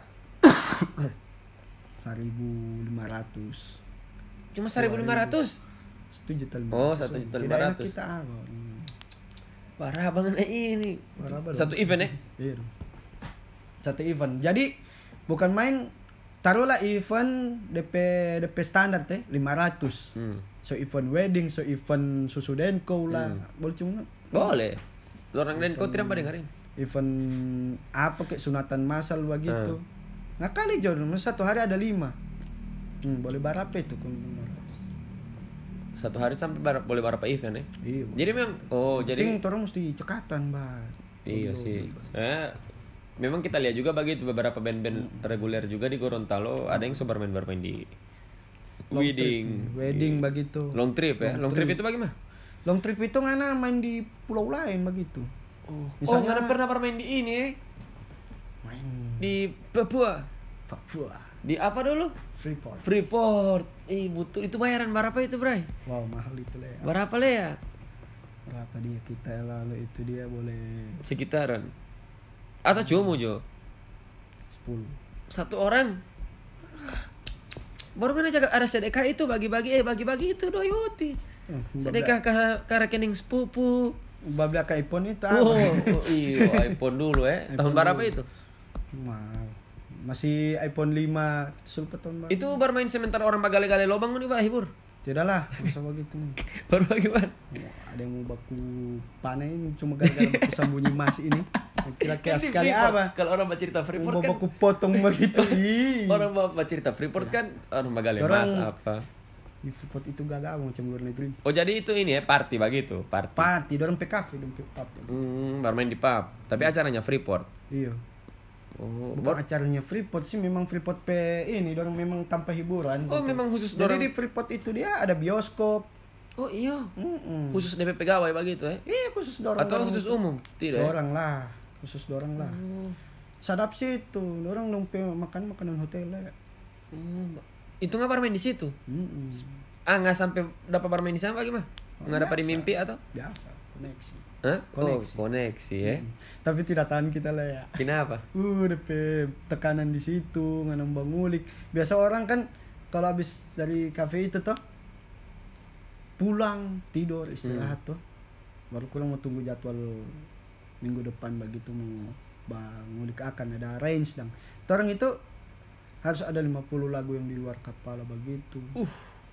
seribu lima ratus. Cuma seribu lima ratus. Satu juta lima Oh, ratus. satu juta Tidak lima enak ratus. kita apa. Hmm. Parah banget eh, ini. Parah banget. Satu event ya? Iya. dong. Satu event. Jadi bukan main, taruhlah event D P D P standar teh lima ratus. Hmm. So event wedding, so event susu denko lah. Hmm. Boleh cuma Boleh. Orang dan kau tidak pada dengerin. event apa kayak sunatan massal begitu. Nah kali jauh, satu hari ada lima. Hmm, boleh berapa itu kalau lima ratus? Satu hari sampai bar- boleh berapa event ya? Iya. Jadi memang oh jadi Penting orang mesti cekatan, Mbak. iya sih. Eh, memang kita lihat juga begitu beberapa band-band reguler juga di Gorontalo ada yang super main bermain di Long wedding, trip. Wedding begitu. long trip ya. Long, Long trip trip. itu bagaimana? Long trip itu ngana main di pulau lain begitu. Oh, Misalnya- oh nggak pernah bermain di ini ya? Main Di Papua. Papua. Di apa dulu? Freeport. Freeport. Ih, betul. Itu bayaran berapa itu, Bray? Wow, mahal itu lah ya. Berapa le ya? Berapa dia kita lalu itu dia boleh Sekitaran. Atau cuma Jo? sepuluh. Satu orang. Baru kan aja ada sedekah itu bagi-bagi eh bagi-bagi itu doyuti. Hmm, Sedekah ke ke rekening sepupu. Babla ke iPhone itu Oh, apa? oh iya iPhone dulu ya. Tahun iPhone berapa dulu. itu? Mahal. Masih iPhone lima sulpa tahun baru. Itu bermain sementara orang bagale-gale lobang nih Pak hibur. Tidak lah, masa begitu. Baru bagaimana? Wah, ada yang mau baku panen cuma gara-gara baku sambunyi mas ini. Kira-kira Kan di sekali Freeport. apa? Kalau orang bercerita Freeport Mau kan baku potong begitu. Ih. orang bercerita Freeport kan orang bagale Orang- mas apa. Di Freeport itu gagal macam luar negeri. Oh jadi itu ini ya party begitu, party. Party, dorong P K V, dorong P K V. Hmm, bermain di pub. Tapi acaranya Freeport. Iya. Oh, bukan acaranya Freeport sih, memang Freeport P ini dorang memang tanpa hiburan. Oh, gitu. Memang khusus dorang. Jadi di Freeport itu dia ada bioskop. Oh iya. Mm-mm. Khusus D P pegawai begitu ya? Iya, khusus dorang. Atau khusus itu. Umum? Tidak. Dorang lah, khusus dorang lah. Oh. Sadap sih itu, dorang dompe makan makanan hotel lah. Oh, itu nggak bermain di situ? Mm-mm. Ah, nggak sampai dapat bermain di sana bagaimana? Oh, nggak dapat di mimpi atau? Biasa, koneksi. Hah? Koneksi. Oh, koneksi ya. Hmm. Tapi tidak tahan kita lah ya. Kenapa? Uh, D P tekanan di situ, nganam bangulik. Biasa orang kan kalau habis dari kafe itu toh pulang, tidur, istirahat hmm. toh. Baru kurang mau tunggu jadwal minggu depan begitu mau bangulik akan ada range dan orang itu harus ada lima puluh lagu yang di luar kepala begitu. Uh.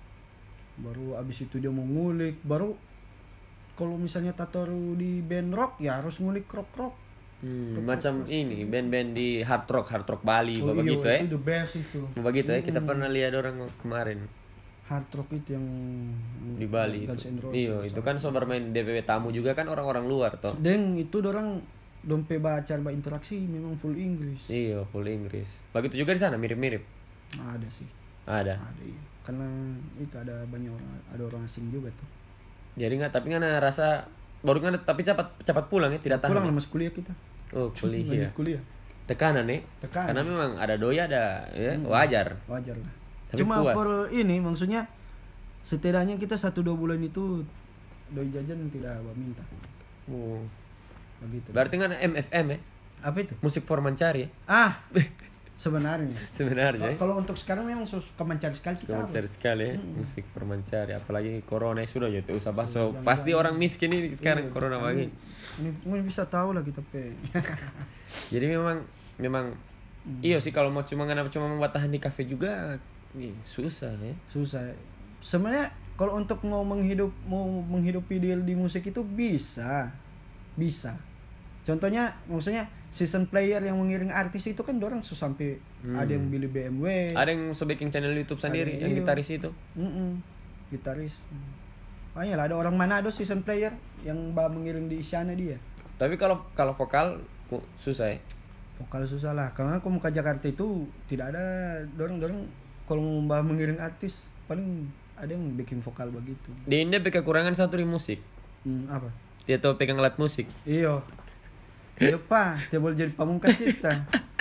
Baru habis itu dia mau ngulik, baru kalau misalnya tatoru di band rock ya harus ngulik rock-rock. Hmm, rock macam rock ini band-band di hard rock, hard rock Bali, oh, begitu ya. Itu the best itu. Begitu ya, kita hmm. pernah lihat orang kemarin. Hard rock itu yang di Bali. Iya, itu kan so bermain D P W tamu juga kan orang-orang luar toh. Deng itu orang dompe baca interaksi memang full Inggris. Iya, full Inggris. Begitu juga di sana mirip-mirip. Ada sih. Ada. Ada iya. Karena itu ada banyak orang, ada orang asing juga tuh. Jadi nggak, tapi nggak rasa baru nggak, tapi cepat cepat pulang ya, tidak tahan. Pulang ya? Mas kuliah kita. Oh kuliah. kuliah. Tekanan nih. Tekanan. Karena memang ada doi ada, ya hmm. wajar. Wajar lah. Tapi cuma puas. For ini maksudnya setidaknya kita satu dua bulan itu doi jajan tidak minta. Oh. Begitu. Berarti kan M F M ya? Apa itu? Musik for mencari. Ah. Sebenarnya. Sebenarnya. Kalau untuk sekarang memang suka mencari sekali kita. Mencari sekali ya, hmm. musik per mencari, apalagi corona sudah ya, usah baso. Pasti orang miskin ini sekarang iya, corona lagi. Ini, ini bisa tahu lah kita pe. Jadi memang memang hmm. iya sih kalau mau cuma ngana cuma mau bertahan di kafe juga nih, susah ya. Susah. Sebenarnya kalau untuk mau menghidup mau menghidupi deal di musik itu bisa. Bisa. Contohnya maksudnya season player yang mengiring artis itu kan dorang so sampai hmm. ada yang beli B M W, ada yang so bikin channel YouTube sendiri, yang iyo. Gitaris itu. Mm-mm. Gitaris. Makanya lah ada orang Manado season player yang bah mengiring di Isyana dia. Tapi kalau kalau vokal susah ya. Vokal susah lah, karena aku mau ke Jakarta itu tidak ada dorang-dorang kalau mau bah mengiring artis paling ada yang bikin vokal begitu. Di India kekurangan satu di musik. Hmm, apa? Dia tahu pegang alat musik. Iyo. Iya pak, dia boleh jadi pamungkas kita.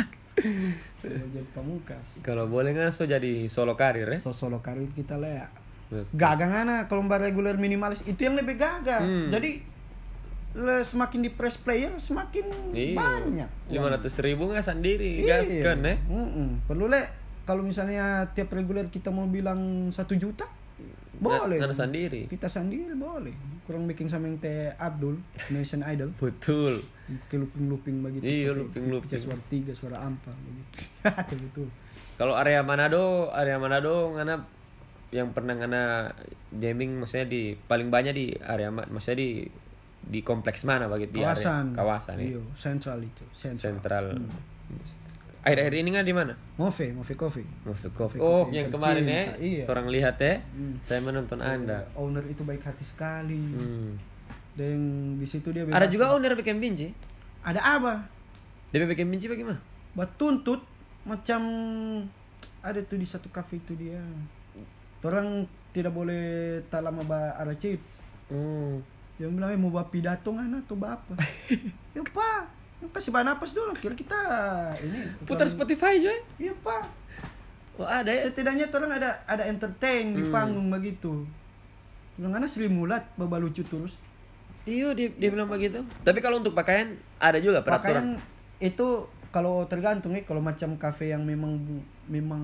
Boleh jadi pamungkas. Kalau boleh nggak so jadi solo karir ya? So solo karir kita lah ya. Gagang ana kalau mbak reguler minimalis itu yang lebih gagal. Hmm. Jadi le, semakin di press player semakin iyo. Banyak. Lima ratus ribu nggak sendiri, iya. Gaskan ya? Mm-mm. Perlu le kalau misalnya tiap reguler kita mau bilang satu juta. Boleh. Nggak sendiri. Kita sendiri boleh. Kurang bikin sama yang teh Abdul, Nation Idol. Betul. Ke looping-looping begitu. Iya, looping-looping. Suara tiga, suara ampa begitu. Betul. Kalau area Manado, area Manado ngana yang pernah ngana jamming maksudnya di paling banyak di area maksudnya di di kompleks mana begitu di kawasan. Area, kawasan ya. Iya, sentral itu. Sentral. Sentral. Hmm. Akhir-akhir ini nggak di mana? Move, Move Coffee. Move Coffee. Oh, yang kemarin ya. Iya. Orang lihat ya. Hmm. Saya menonton Anda. Uh, owner itu baik hati sekali. Hmm. Dan di situ dia bebas. Ada juga owner bikin binci. Ada apa? Dia bikin binci bagaimana? Buat tuntut macam ada tuh di satu kafe itu dia. Orang tidak boleh talam ba aracip. Hmm. Dia bilang mau bawa pidato ngana tuh bapak. Ya pak. Kasih bahan napas dulu, kira kita ini putar bukan... Spotify aja. Iya pak. Oh ada ya. Setidaknya orang ada ada entertain hmm. di panggung begitu. Bilang ana Sri Mulat baba lucu terus. Iya dia dia bilang begitu. Tapi kalau untuk pakaian ada juga peraturan. Pakaian itu kalau tergantung nih, kalau macam kafe yang memang memang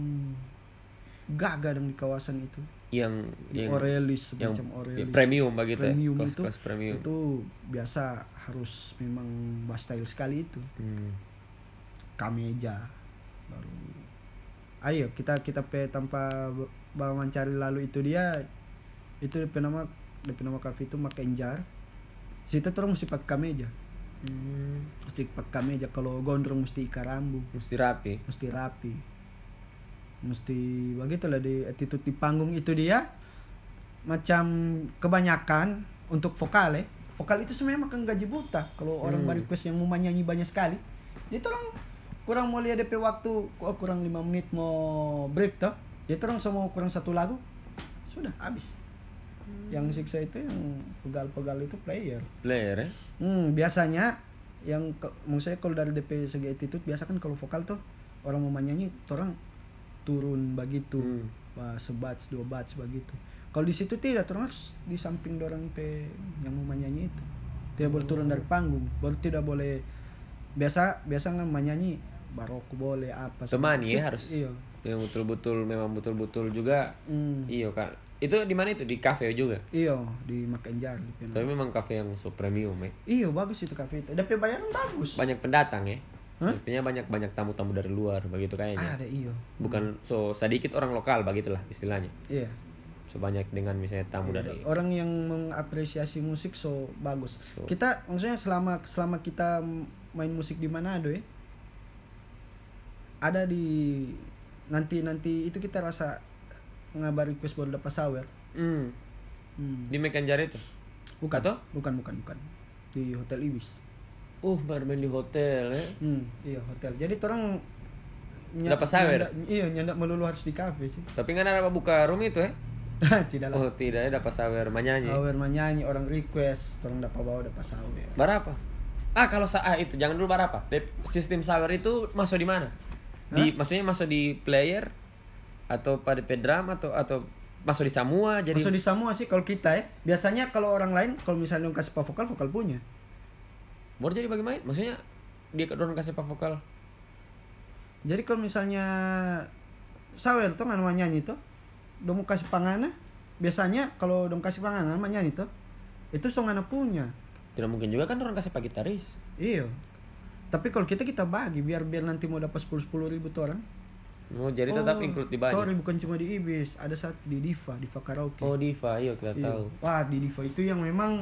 gagah di kawasan itu. Yang yang Aurelis semacam Aurelis. Premium begitu premium ya. Itu, kelas premium. Itu biasa harus memang style sekali itu. Hmm. Kameja baru. Ayo kita kita pe tanpa bawa mencari lalu itu dia itu nama D P nama kafe itu Makenjar. Situ terus mesti pakai kameja. Hmm. Mesti pakai kameja, kalau gondrong mesti ikat rambut. Mesti rapi. Mesti rapi. Mesti begitulah di attitude di panggung itu dia macam kebanyakan untuk vokal ya. Vokal itu sebenarnya makan gaji buta kalau hmm. orang request yang mau nyanyi banyak sekali. Jadi orang kurang mau lihat D P waktu, oh, kurang lima menit mau break toh. Ya orang semua kurang satu lagu. Sudah habis. Hmm. Yang siksa itu yang pegal-pegal itu player. Player ya? Hmm, biasanya yang maksudnya kalau dari D P segi attitude biasa kan kalau vokal tuh orang mau nyanyi orang turun begitu. Hmm. Sebats dua bats begitu. Kalau di situ tidak, orang harus di samping dorang pe yang mau nyanyi itu. Tidak boleh turun dari panggung, baru tidak boleh biasa biasa nggak nyanyi baroko boleh apa. Temani ya harus. Iya. Yang betul-betul memang betul-betul juga. Hmm. Iya kan. Itu di mana itu? Di kafe juga? Iya, di Makenjar. Tapi memang kafe yang so premium ya. Iya, bagus itu kafe itu. D P bayaran bagus. Banyak pendatang ya. Huh? Artinya banyak banyak tamu-tamu dari luar begitu kayaknya. Ada iya. Bukan so sedikit orang lokal begitulah istilahnya. Iya. So banyak dengan misalnya tamu iya. dari orang yang mengapresiasi musik so bagus. So, kita maksudnya selama selama kita main musik di Manado ya. Ada di nanti nanti itu kita rasa ngabar request baru dapat sawer. Hmm. hmm. Di Mekanjar itu? Bukan toh? Bukan bukan bukan. Di Hotel Ibis. Uh, barmain di hotel ya. Hmm, iya hotel. Jadi orang dapat sawer. Iya, nyandak melulu harus di kafe sih. Tapi kan ada buka room itu ya? Tidak lah. Oh, tidak ya dapat sawer menyanyi. Sawer menyanyi, orang request, orang dapat bawa dapat sawer. Berapa? Ah, kalau saat itu jangan dulu berapa? Sistem sawer itu masuk di mana? Di Hah? Maksudnya masuk di player atau pada pedram atau atau masuk di semua jadi masuk di semua sih kalau kita ya. Biasanya kalau orang lain kalau misalnya kasih pak vokal vokal punya. Baru jadi bagaimana? Maksudnya dia orang kasih pak vokal. Jadi kalau misalnya sawer tuh nggak nyanyi tuh, dong kasih pangana. Biasanya kalau dong kasih pangana nyanyi tuh, itu so ngana punya. Tidak mungkin juga kan orang kasih pak gitaris. Iya. Tapi kalau kita kita bagi biar biar nanti mau dapat sepuluh sepuluh ribu tuh orang. Oh, jadi tetap oh, include di banyak. Sorry, bukan cuma di Ibis, ada saat di Diva, Diva Karaoke. Oh, Diva, iya kita iya. tahu. Wah, di Diva itu yang memang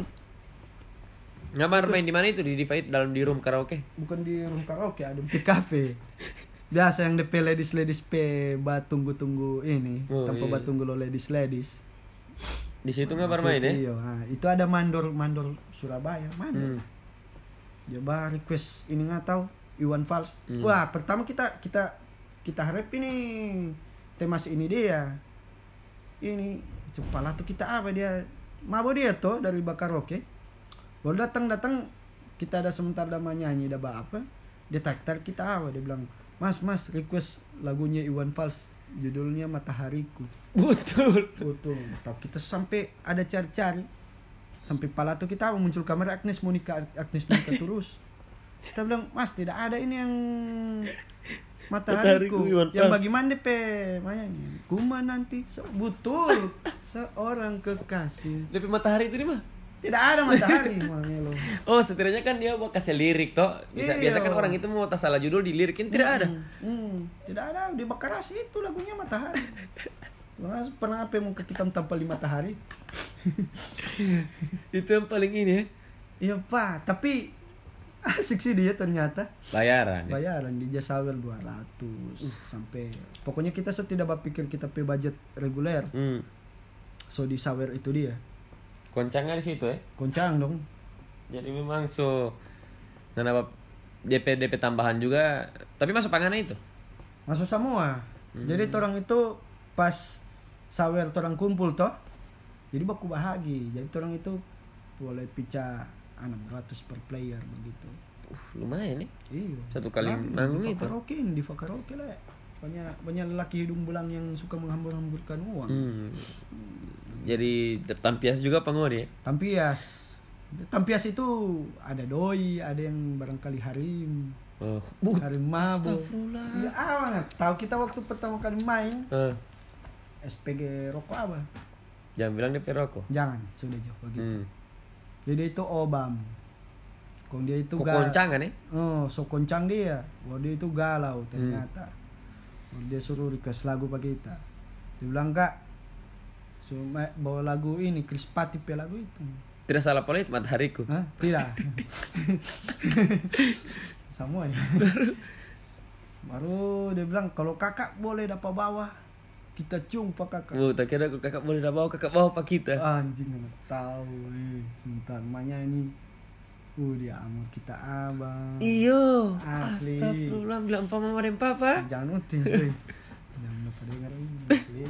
ngamar main di mana itu? Di Diva itu dalam di room karaoke? Bukan di room karaoke, ada di cafe. Biasa yang D P ladies ladies P bat tunggu-tunggu ini, oh, tanpa iya. bat tunggu lo ladies ladies. Di situ ngamar main ya? Iya, nah, itu ada mandor mandor Surabaya, mandor. Hmm. Coba request ini nggak tahu Iwan Fals. Hmm. Wah, pertama kita kita kita harap ini temas ini dia ini kepala tuh kita apa dia mabo dia tuh dari bakar oke baru datang datang kita ada sebentar ada nyanyi ada apa dia taktar kita apa dia bilang mas mas request lagunya Iwan Fals judulnya Matahariku. Betul betul tapi kita sampai ada cari-cari sampai pala tuh kita muncul kamera Agnes Monica Agnes Monica terus kita bilang mas tidak ada ini yang Matahariku, Matahariku yang bagaimana pe makanya kuma nanti so, betul seorang kekasih tapi matahari itu di mana? Tidak ada matahari lo. Oh setidaknya kan dia mau kasih lirik toh bisa biasa kan orang itu mau tak salah judul dilirikin tidak hmm, ada hmm, tidak ada di Bakarasi itu lagunya Matahari. Mas pernah apa mau ke kita tampil di Matahari? Itu yang paling ini ya? Iya pak tapi asik sih dia ternyata bayaran bayaran ya? Di Jasawer dua ratus uh. sampai pokoknya kita so tidak berpikir kita pe budget reguler hmm. So di sawer itu dia koncangnya di situ ya koncang dong jadi memang so kenapa D P D P tambahan juga tapi masuk panganan itu masuk semua hmm. Jadi orang itu pas sawer orang kumpul toh jadi baku bahagi jadi orang itu boleh pica enam ratus per player begitu. Uh, lumayan nih. Iya. Satu kali nah, manggung itu. Karaoke, di karaoke lah. Banyak banyak lelaki hidung belang yang suka menghambur-hamburkan uang. Hmm. Hmm. Jadi tampias juga pengen ya? Tampias. Tampias itu ada doi, ada yang barangkali harim. Oh, harim mabuk. Ya amat. Tahu kita waktu pertama kali main. Uh. S P G rokok apa? Jangan bilang D P rokok. Jangan, sudah jauh begitu. Hmm. Jadi itu obam. Kong dia itu galau. Koncang kan ya? Oh, so koncang dia. Wah dia itu galau ternyata. Hmm. Dia suruh request lagu pak kita. Dia bilang kak, so, bawa lagu ini Chris Patti pe lagu itu. Tidak salah pola itu Matahariku. Hah? Tidak. Semuanya. Baru dia bilang kalau kakak boleh dapat bawah. Kita cium pak kakak. Oh, tak kira kakak boleh dah bawa kakak bawa pak kita. Anjing nggak tahu. Eh, sebentar, namanya ini Uh dia amor kita abang. Iyo. Asli. Astagfirullah, bilang apa mama dan papa? Jangan utin tuh. Jangan lupa dengar ini.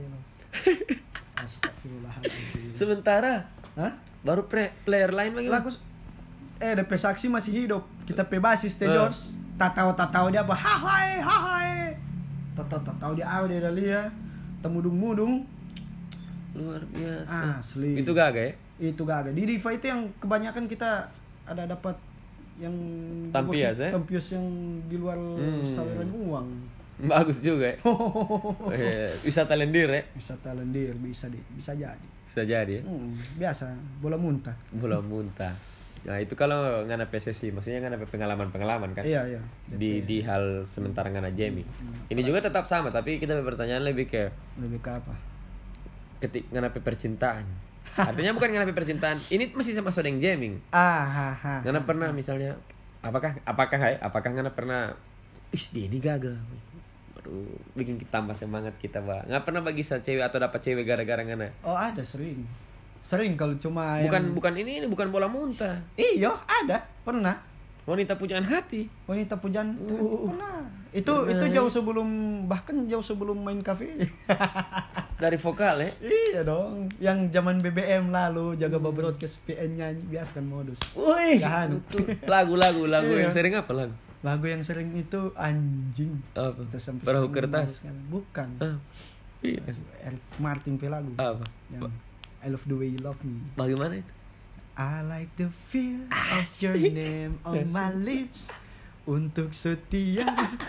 Astagfirullahaladzim. Sementara, Hah? baru pre- player lain bagaimana? Lagu eh D P Saksi masih hidup. Kita P basis Teh Uh. George. Tak tahu tak tahu dia apa. Hahai hahai. Tak tahu tak tahu dia apa dia dah lihat. Temudung-mudung. Luar biasa. Asli. Itu gagal ya? Itu gagal. Di Diva itu yang kebanyakan kita ada dapat yang Tampias, eh? Tampias yang di luar Hmm. saweran uang. Bagus juga ya. Eh, wisata lendir ya. Wisata lendir bisa di, bisa jadi. Bisa jadi ya. Hmm, biasa bola muntah. Bola muntah. Nah itu kalau ngana P S S I, maksudnya ngana pengalaman-pengalaman kan? Iya iya. Di di hal sementara ngana Jamie. Hmm. Ini juga tetap sama, tapi kita bertanya lebih ke Lebih ke apa? ketik ngana percintaan. Artinya bukan ngana percintaan. Ini masih sama sodeng jamming. Ah ha ha. Ngana pernah misalnya, apakah apakah hai, apakah ngana pernah, ih dia ini gagal. Aduh, bikin kita tambah semangat kita, Bang. Nggak pernah bagi sa cewek atau dapat cewek gara-gara ngana. Oh ada sering. Sering kalau cuma Bukan yang... bukan ini, ini bukan bola muntah. Iya ada pernah. Wanita pujaan hati. Wanita pujaan Uh, pernah. Itu pernah, itu ya. jauh sebelum bahkan jauh sebelum main kafe. Dari vokal ya. Iya dong. Yang zaman B B M lalu jaga broadcast P N nyanyi biasa kan modus. Wih, Gahan. betul. Lagu-lagu lagu Iya. yang sering apa lagu? Lagu yang sering itu anjing. Apa? Kita sampai Perahu sering kertas. memaluskan. Bukan. Ah, iya. Eric Martin P lagu. Apa? Yang I love the way you love me. Bagaimana itu? I like the feel of your name on my lips. Untuk setia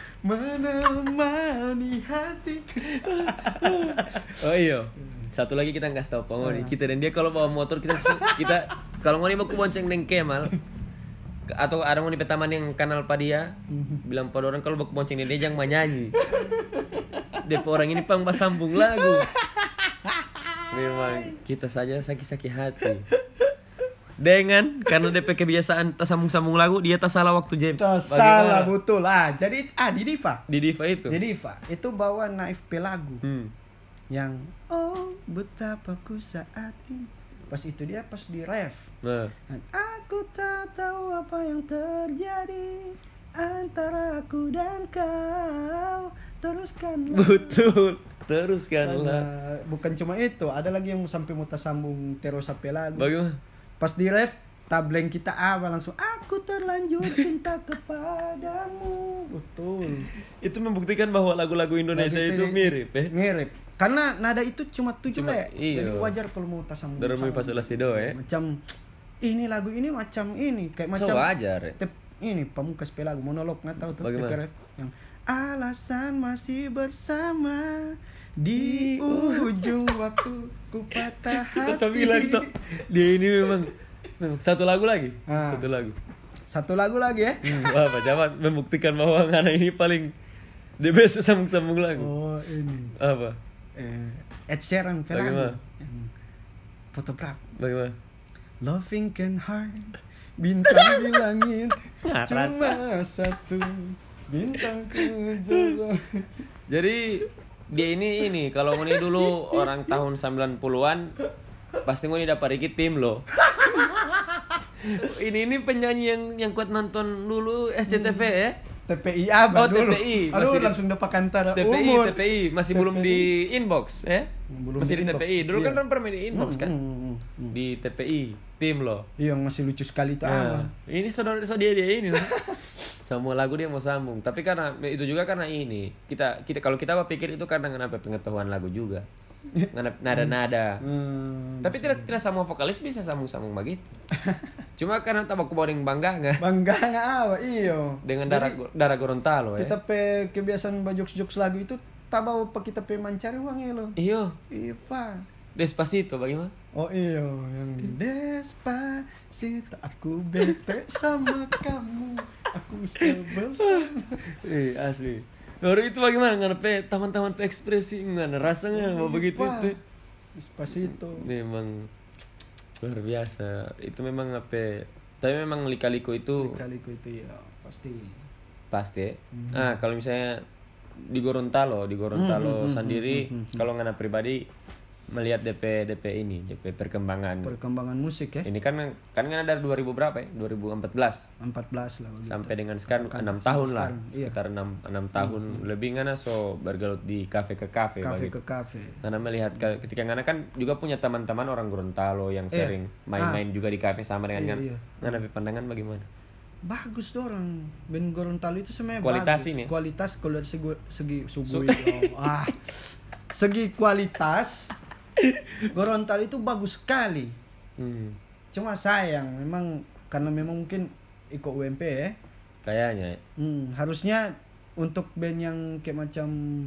menemani hati. Oh iya. Satu lagi kita nggak tahu pengoni. Ah. Kita dan dia kalau bawa motor kita kita kalau ngoni mau ku bonceng neng Kemal atau ada ngoni petaman yang kanal Padia bilang pada orang kalau mau ku bonceng dia jangan menyanyi. Depo orang ini pang sambung lagu. Memang kita saja sakit-sakit hati. Dengan karena D P kebiasaan tas sambung-sambung lagu dia tak salah waktu jam. Tak salah betul lah. Jadi ah di Diva. Di Diva itu. Di Diva itu bawa Naif P lagu. Hmm. Yang oh betapa ku saat ini. Pas itu dia pas di ref. Nah. Dan aku tak tahu apa yang terjadi antara aku dan kau. Teruskan. Betul. Teruskanlah. Karena bukan cuma itu, ada lagi yang sampai muta sambung terus sampai lagu. Bagaimana? Pas di ref, tableng kita apa langsung aku terlanjur cinta kepadamu. Betul. Itu membuktikan bahwa lagu-lagu Indonesia Lagu itu ini- mirip ya. Mirip. Karena nada itu cuma tujuh Cuma- le. iya. Jadi wajar kalau mau tas sambung. Dari mi sambung. fa sol la si do ya. Macam ini lagu ini macam ini kayak So macam wajar ya. tep, ini pamungkas P lagu monolog nggak tahu tuh Bagaimana? T P R F yang alasan masih bersama di ujung waktu ku patah hati. Kita saya bilang tuh dia ini memang memang satu lagu lagi. Ah. Satu lagu. Satu lagu lagi ya. Hmm, apa coba membuktikan bahwa anak ini paling the best sambung-sambung lagu. Oh ini Apa? eh, Ed Sheeran P lagu. Bagaimana? Yang fotograf. Bagaimana? Loving can hurt bintang di langit Nggak cuma satu bintang kejodoh. Jadi dia ini ini kalau ngoni dulu orang tahun sembilan puluhan pasti ngoni dapat dikit tim loh. ini ini penyanyi yang yang kuat nonton dulu S C T V ya. T P I apa Oh, dulu? T P I, Aduh masih di- langsung dapat kantara T P I, umur. T P I masih T P I. belum di inbox ya. Belum Masih di, di T P I. inbox, Dulu kan iya. kan pernah main di inbox kan. Hmm, hmm, hmm. Di T P I tim loh. Iya yang masih lucu sekali itu Nah, apa? ini saudara saudara dia ini loh. Semua lagu dia mau sambung. Tapi karena itu juga karena ini kita kita kalau kita pikir itu karena kenapa pengetahuan lagu juga. Ngana- Nada-nada. Hmm, Tapi tidak tidak semua vokalis bisa sambung-sambung begitu. Cuma karena tahu aku boring bangga nggak bangga nggak apa iyo. dengan Jadi, darah darah Gorontalo ya. kita pe kebiasaan bajok-jok lagu itu tak bawa apa kita pe mencari uang ya lo. Iyo, Iya pak. Despacito bagaimana? Oh iyo yang Despacito aku bete sama kamu aku sebel sama. Eh asli. Baru itu bagaimana nggak pe taman-taman pe ekspresi nggak rasanya mau begitu Pak. itu. Despacito. Memang luar biasa. Itu memang apa? Tapi memang lika-liku itu Kaliku itu ya pasti. pasti. Mhm. Nah kalau misalnya di Gorontalo, di Gorontalo Mhm, mhm, sendiri, mhm, mhm. kalau ngana pribadi melihat D P D P ini, D P perkembangan perkembangan musik ya. Ini kan kan kan ada dua ribu berapa ya? dua ribu empat belas. empat belas lah begitu. Sampai dengan sekarang kan, enam tahun lah. Iya. Sekitar enam enam tahun hmm. lebih ngana so bergelut di kafe ke kafe Kafe begitu. ke kafe. Karena melihat ketika ngana kan juga punya teman-teman orang Gorontalo yang sering eh. main-main ah. juga di kafe sama dengan iya, kan. Iya. Ngana pandangan bagaimana? Bagus dorang band Gorontalo itu sebenarnya kualitas bagus. Ini kualitas kalau dari segi segi sugui oh, ah segi kualitas Gorontalo itu bagus sekali. hmm. Cuma sayang memang karena memang mungkin ikut U M P ya kayaknya hmm, harusnya untuk band yang kayak macam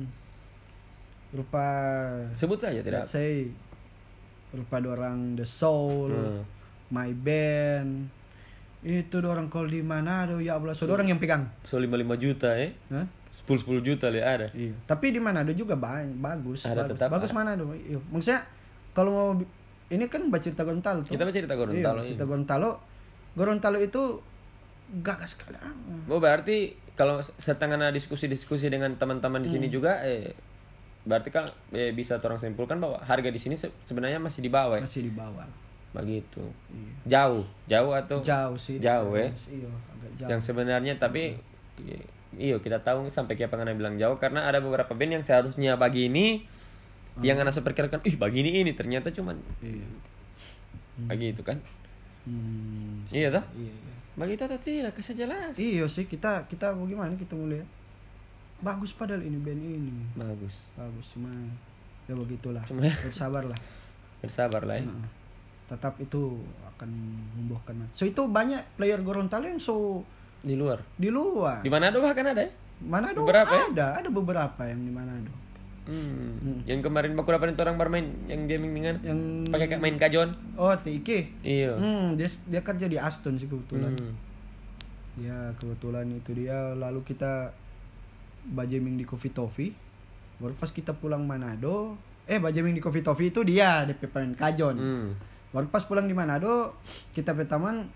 rupa sebut saja tidak saya rupa dorang The Soul, hmm. My Band itu dorang kalau di Manado ya Allah, so dorang yang pegang. So lima puluh lima juta eh? Hah? sepuluh sepuluh juta le ada. Iya. Tapi di Manado juga ba- bagus. Ada bagus. tetap. Bagus ada. Manado. Iya. Maksudnya kalau mau ini kan baca cerita Gorontalo tuh. Kita baca cerita Gorontalo. Iya, cerita Gorontalo. Gorontalo itu gagas sekali. Oh, berarti kalau setengah diskusi-diskusi dengan teman-teman di sini hmm. juga eh berarti kan eh, bisa orang simpulkan bahwa harga di sini se- sebenarnya masih di bawah. Masih di bawah. Begitu. Iya. Jauh, jauh atau jauh sih. Jauh ya. Iya, agak jauh. Yang sebenarnya tapi iya, iyo kita tahu sampai kayak pengen bilang jauh karena ada beberapa band yang seharusnya bagi ini hmm. yang anak seperkirakan ih bagi ini ini ternyata cuman iya. hmm. bagi itu kan. Hmm, iya toh? Iya, iya. Bagi itu atau tidak kasih jelas. Iya sih kita kita bagaimana kita mulai bagus padahal ini band ini. Bagus. Bagus cuma ya begitulah. Cuma bersabarlah. Bersabarlah ya. Nah, tetap itu akan membuahkan. So itu banyak player Gorontalo yang so di luar. Di luar. Di Manado bahkan ada ya? Manado beberapa ada, ya? Ada beberapa yang di Manado. Hmm. hmm. Yang kemarin baku dapat itu orang bermain yang gaming dengan yang pakai main kajon. Oh, T I K. Iya. Hmm, dia dia kerja di Aston sih kebetulan. Hmm. Ya, kebetulan itu dia lalu kita bajeming di Coffee Toffee. Baru pas kita pulang Manado, eh bajeming di Coffee Toffee itu dia D P main kajon. Hmm. Baru pas pulang di Manado, kita ke taman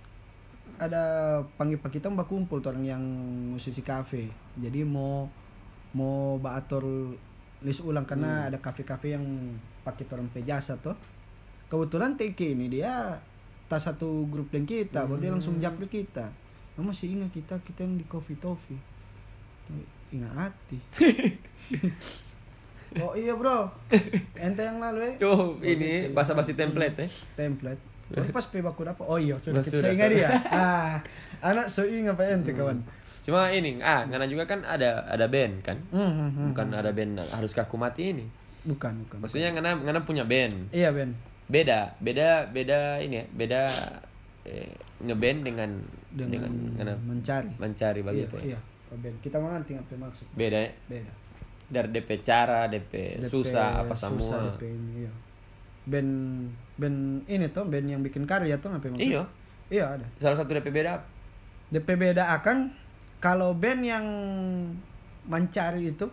ada panggil pak kita mbak kumpul tuh orang yang musisi kafe. Jadi mau mau baatur list ulang karena hmm. ada kafe-kafe yang pakai orang pejasa tuh. Kebetulan T K ini dia tas satu grup yang kita, hmm. baru dia langsung japri kita. Kamu masih ingat kita kita yang di Coffee Toffee. Ingat hati. Oh iya bro, ente yang lalu eh. Oh ini basa-basi template eh. Template. Oh pas pe baku dapat. Oh iya sudah saya ingat dia. Ah, anak so ingat apa ente kawan. Cuma ini, ah karena juga kan ada ada band kan. Mm-hmm. Bukan ada band haruskah aku mati ini. Bukan bukan. Maksudnya karena karena punya band. Iya band. Beda beda beda ini ya beda eh, ngeband dengan dengan, dengan mencari mencari begitu iya, ya. Iya. Band kita mengerti apa maksud. Beda ya. Beda. Dari D P cara, D P, D P susah apa susah, semua. D P ini, iya. Band band ini tuh band yang bikin karya tuh apa maksudnya? Iya. Iya ada. Salah satu D P beda. D P beda akan kalau band yang mencari itu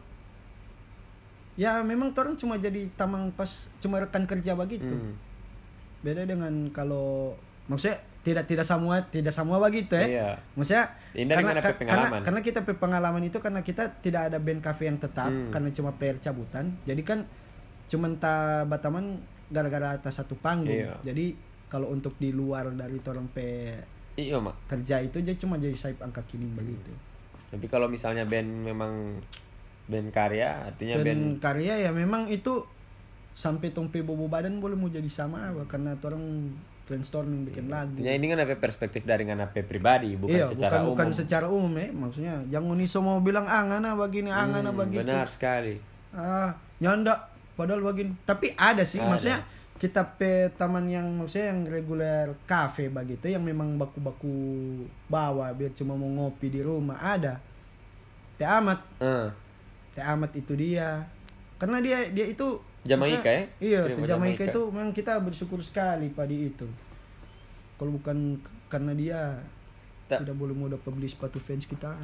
ya memang orang cuma jadi tamang pas cuma rekan kerja begitu. Hmm. Beda dengan kalau maksudnya tidak tidak semua tidak semua begitu ya. Iya. Maksudnya karena, ka, karena karena kita pengalaman itu karena kita tidak ada band cafe yang tetap hmm. karena cuma player cabutan. Jadi kan cuma ta bataman gara-gara atas satu panggung. Iya. Jadi kalau untuk di luar dari torong pe iya, Mak. Kerja itu dia cuma jadi saip angka kini hmm. begitu. Tapi kalau misalnya band memang band karya artinya band, band karya ya memang itu sampai tompe bobo badan boleh mau jadi sama apa karena orang brainstorming bikin iya. lagu. Ya ini kan apa perspektif dari kan apa pribadi bukan iya, secara bukan, umum. Bukan secara umum ya, maksudnya jangan iso mau bilang angana begini, angana hmm, begitu. Benar sekali. Ah, nyanda padahal begini. Tapi ada sih, ada. Maksudnya kita pe taman yang maksudnya yang reguler kafe begitu yang memang baku-baku bawa biar cuma mau ngopi di rumah ada. Teh Amat. Uh. Teh Amat itu dia. Karena dia dia itu Jamaika ya? Iya, Jamaika, Jamaika itu memang kita bersyukur sekali pada itu. Kalau bukan karena dia Ta- tidak boleh mau dapat beli sepatu fans kita.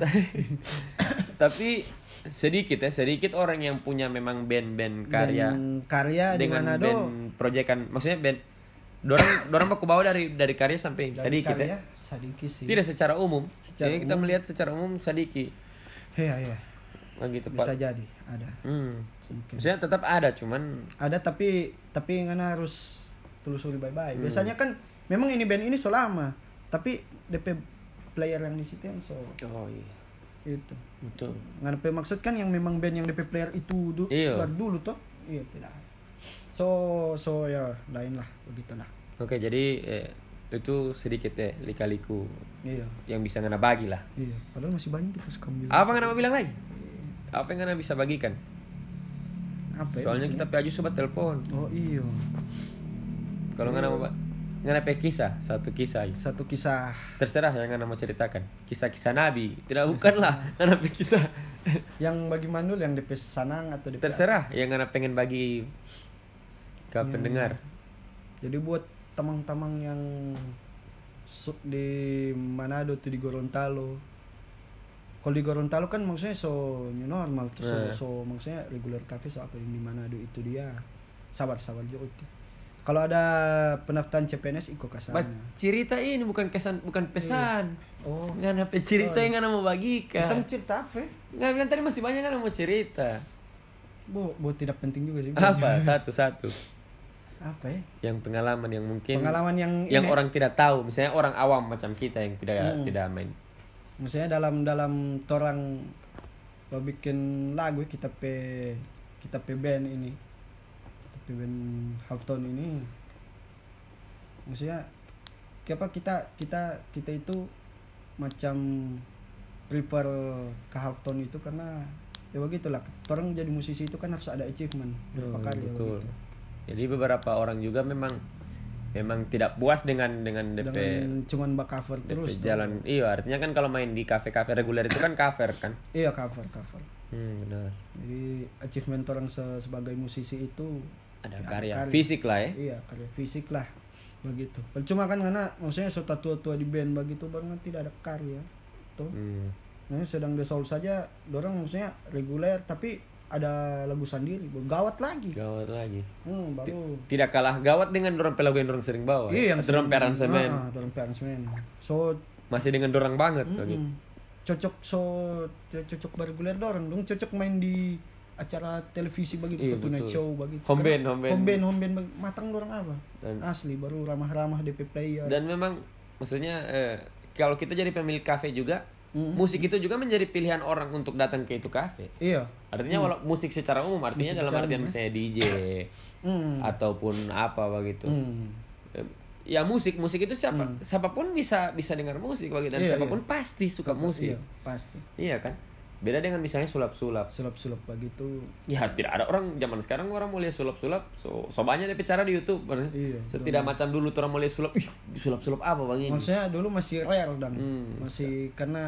Tapi sedikit ya, sedikit orang yang punya memang band-band karya. Band karya dengan band do? Proyekan, maksudnya band dorang dorang baku bawa dari dari karya sampai dari sedikit karya, ya. Sedikit sih. Tidak secara umum. Secara Jadi umum. Kita melihat secara umum sedikit. Iya, iya. begitu Pak. Bisa jadi ada. Hmm. Maksudnya tetap ada, cuman ada tapi tapi ngana harus telusuri baik-baik. Hmm. Biasanya kan memang ini band ini so lama, tapi D P player yang di situ yang so. Oh iya. Itu. Betul. Ngana pe maksud kan yang memang band yang D P player itu du- iya. dulu toh. Iya tidak. So so ya lain lah begitulah. Oke, jadi eh, itu sedikit ya lika-liku. Iya. Yang bisa ngana bagi lah. Iya. Padahal masih banyak kita suka bilang. Apa ngana mau bilang lagi? Apa yang ngana bisa bagikan? Apa ya? Soalnya kita pe aju sobat telepon. Oh iya. Kalau ngana mau ngana pe kisah, satu kisah. Satu kisah. Terserah yang ngana mau ceritakan. Kisah-kisah Nabi. Tidak bukanlah ngana pe kisah. Yang bagi mandul yang D P Sanang atau D P terserah yang ngana pengen bagi ke hmm. pendengar. Jadi buat tamang-tamang yang di Manado tuh di Gorontalo. Kalau di Gorontalo kan maksudnya so new normal tuh so, so maksudnya regular cafe so apa yang di Manado itu dia sabar-sabar juga. Kalau ada pendaftaran C P N S ikut ke sana. Cerita ini bukan kesan bukan pesan. Iya. Oh. Ngana pe cerita oh. yang ngana mau bagikan. Kita cerita apa? Nggak bilang tadi masih banyak ngana mau cerita. Bu, bu tidak penting juga sih. Apa? Satu-satu. Apa ya? Yang pengalaman yang mungkin pengalaman yang yang ini. orang tidak tahu, misalnya orang awam macam kita yang tidak hmm. tidak main. Misalnya dalam dalam torang bikin lagu kita pe kita pe band ini. Kita pe band Halfton ini. Maksudnya apa kita kita kita itu macam prefer ke Halfton itu karena ya begitulah. Torang jadi musisi itu kan harus ada achievement berapa karya begitu. Jadi beberapa orang juga memang memang tidak puas dengan dengan D P dengan cuman bak cover terus jalan. Tuh. Iya, artinya kan kalau main di kafe-kafe reguler itu kan cover kan? Iya, cover, cover. Hmm, benar. Jadi achievement orang se- sebagai musisi itu ada ya, karya. karya fisik lah ya. Iya, karya fisik lah. Begitu. Cuma kan karena maksudnya sudah tua-tua di band begitu banget tidak ada karya. Tuh. Hmm. Nah, sedang The Soul saja dorang maksudnya reguler tapi ada lagu sendiri, gawat lagi. Gawat lagi. Hmm, baru. Tidak kalah gawat dengan dorang pelagu yang dorang sering bawa. Iya, ya? Dorang peransemen. Ah, dorang peransemen. So masih dengan dorang banget mm, lagi. Cocok so cocok reguler dorang, dong cocok main di acara televisi begitu, iya, Tonight Show begitu. Home band, home band. Home band, home band matang dorang apa? Dan, asli baru ramah-ramah D P player. Dan memang maksudnya eh, kalau kita jadi pemilik kafe juga Mm-hmm. musik itu juga menjadi pilihan orang untuk datang ke itu kafe. Iya. Artinya mm. walau musik secara umum, artinya musik dalam artian umum. Misalnya D J mm. ataupun apa begitu. Mm. Ya musik, musik itu siapa? Mm. Siapapun bisa bisa dengar musik begitu dan iya, siapapun iya. pasti suka Siapa, musik. Iya, pasti. Iya kan? Beda dengan misalnya sulap-sulap. Sulap-sulap begitu. Ya tidak ada orang zaman sekarang orang mau lihat sulap-sulap. So, so banyak deh bicara di YouTube. Iya. So, tidak macam dulu orang mau lihat sulap. Ih, sulap-sulap apa bang ini? Maksudnya dulu masih rare dan hmm, masih bisa. Karena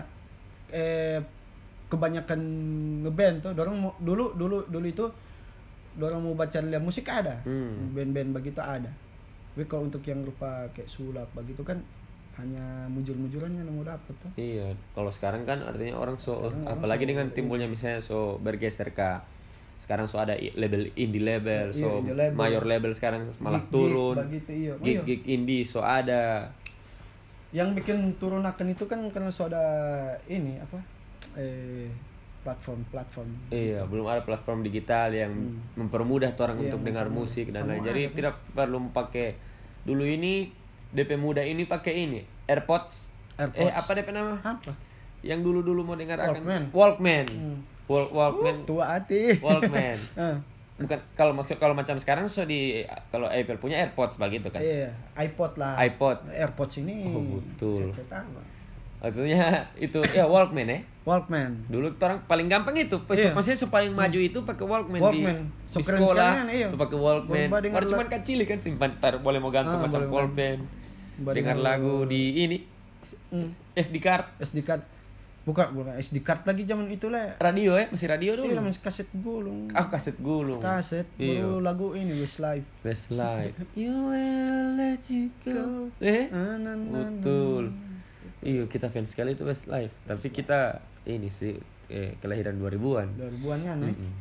eh kebanyakan ngeband tuh dorang mau dulu dulu dulu itu dorang mau baca lihat musik ada. Hmm. Band-band begitu ada. Tapi kalau untuk yang rupa kayak sulap begitu kan hanya mujur-mujurannya yang mau dapet tuh. Iya, kalau sekarang kan artinya orang so sekarang apalagi orang dengan so, timbulnya misalnya so bergeser ke sekarang so ada label indie label, iya, so indie label. Mayor label sekarang malah gig, turun. Begitu, iya. Oh, gig, gig indie so ada. Yang bikin turunakan itu kan karena so ada ini apa? Eh platform-platform. Iya, gitu. Belum ada platform digital yang hmm. mempermudah tuh orang iya, untuk dengar musik dan lain. Jadi kan? Tidak perlu pakai dulu ini D P muda ini pakai ini AirPods. AirPods. Eh apa D P nama? Apa? Yang dulu-dulu mau dengar akan Walkman. Walkman. Hmm. Walk, Walkman. Uh, tua hati. Walkman. uh. Bukan kalau maksud kalau macam sekarang so di kalau Apple punya AirPods begitu kan? Iya, iPod lah. iPod. AirPods ini. Oh betul. Apa? Artinya itu ya Walkman ya. Walkman. Dulu orang paling gampang itu. Iya. Maksudnya so paling maju itu pakai Walkman, Walkman. di, So, di sekolah. Kan, iya. So pakai Walkman. Baru cuma kecil kan simpan taruh boleh mau gantung ah, macam Walkman. Dengar lagu di ini hmm. S D card. S D card. Bukan, bukan S D card lagi zaman itu lah. Radio ya, masih radio dulu. Iya, masih kaset gulung. Ah, kaset gulung. Kaset. Iyo. Baru lagu ini Westlife. Westlife. You will let you go. Eh? Ah, nah, nah, betul. Iya, kita fans sekali itu Westlife. Tapi kita ini sih eh, kelahiran dua ribuan. dua ribuan kan, eh? Mm-hmm.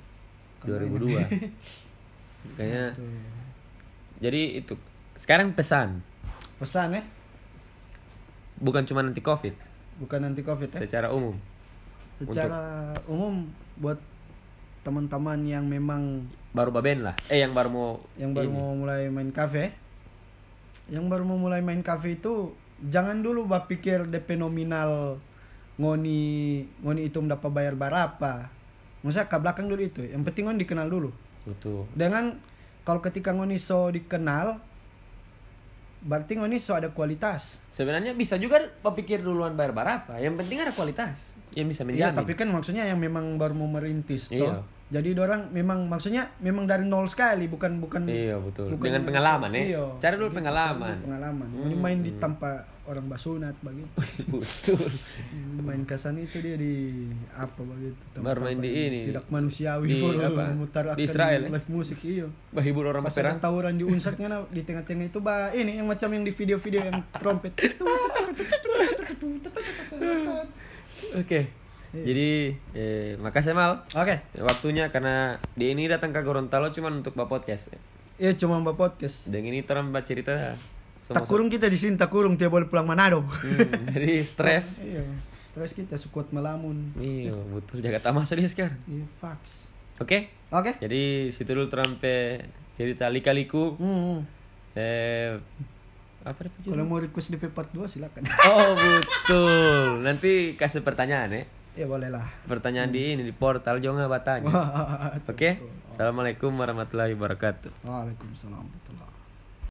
dua ribu dua. Kayaknya. Jadi itu sekarang pesan. Pesan ya? Bukan cuma anti Covid. Bukan anti Covid ya? Secara umum. Secara Untuk... umum buat teman-teman yang memang baru baben lah, eh yang baru mau yang baru ini. mau mulai main kafe, yang baru mau mulai main kafe itu jangan dulu berpikir D P nominal ngoni ngoni itu dapat bayar berapa. Maksudnya ke belakang dulu itu. Yang penting ngoni dikenal dulu. Betul. Dengan kalau ketika ngoni so dikenal, berarti ngoni so ada kualitas. Sebenarnya bisa juga berpikir duluan bayar berapa. Yang penting ada kualitas yang bisa menjamin. Iya, tapi kan maksudnya yang memang baru mau merintis iya. Toh. Jadi orang memang maksudnya memang dari nol sekali, bukan bukan iya betul bukan dengan pengalaman ya. Iya. Cari dulu gitu, pengalaman. Cari pengalaman. Hmm. Ini main di tanpa orang basunat begitu. Betul. Main kesan itu dia di apa begitu. Baru main di ini. Tidak manusiawi. Di apa? Di Israel. Live musik iya. Bahibur orang perang. Tawuran di Unsatnya di tengah-tengah itu bah ini yang macam yang di video-video yang trompet. Oke. Jadi eh, makasih Mal. Oke. Okay. Waktunya karena di ini datang ke Gorontalo cuma untuk buat podcast. Iya cuma buat podcast. Dan ini terang buat cerita. Tak kurung kita di sini tak kurung dia boleh pulang Manado. Hmm, jadi stres. Iya. Stres kita sukuat melamun. Iya betul jaga tamas dia sekarang. Iya fax. Oke. Okay? Oke. Okay. Jadi situ dulu terampe cerita lika-liku. Hmm. Eh apa deh? Kalau mau request di part dua silakan. Oh betul. Nanti kasih pertanyaan ya. Ya boleh lah. Pertanyaan hmm. di ini di portal jangan bertanya. Oke. Okay? Assalamualaikum warahmatullahi wabarakatuh. Waalaikumsalam warahmatullahi wabarakatuh.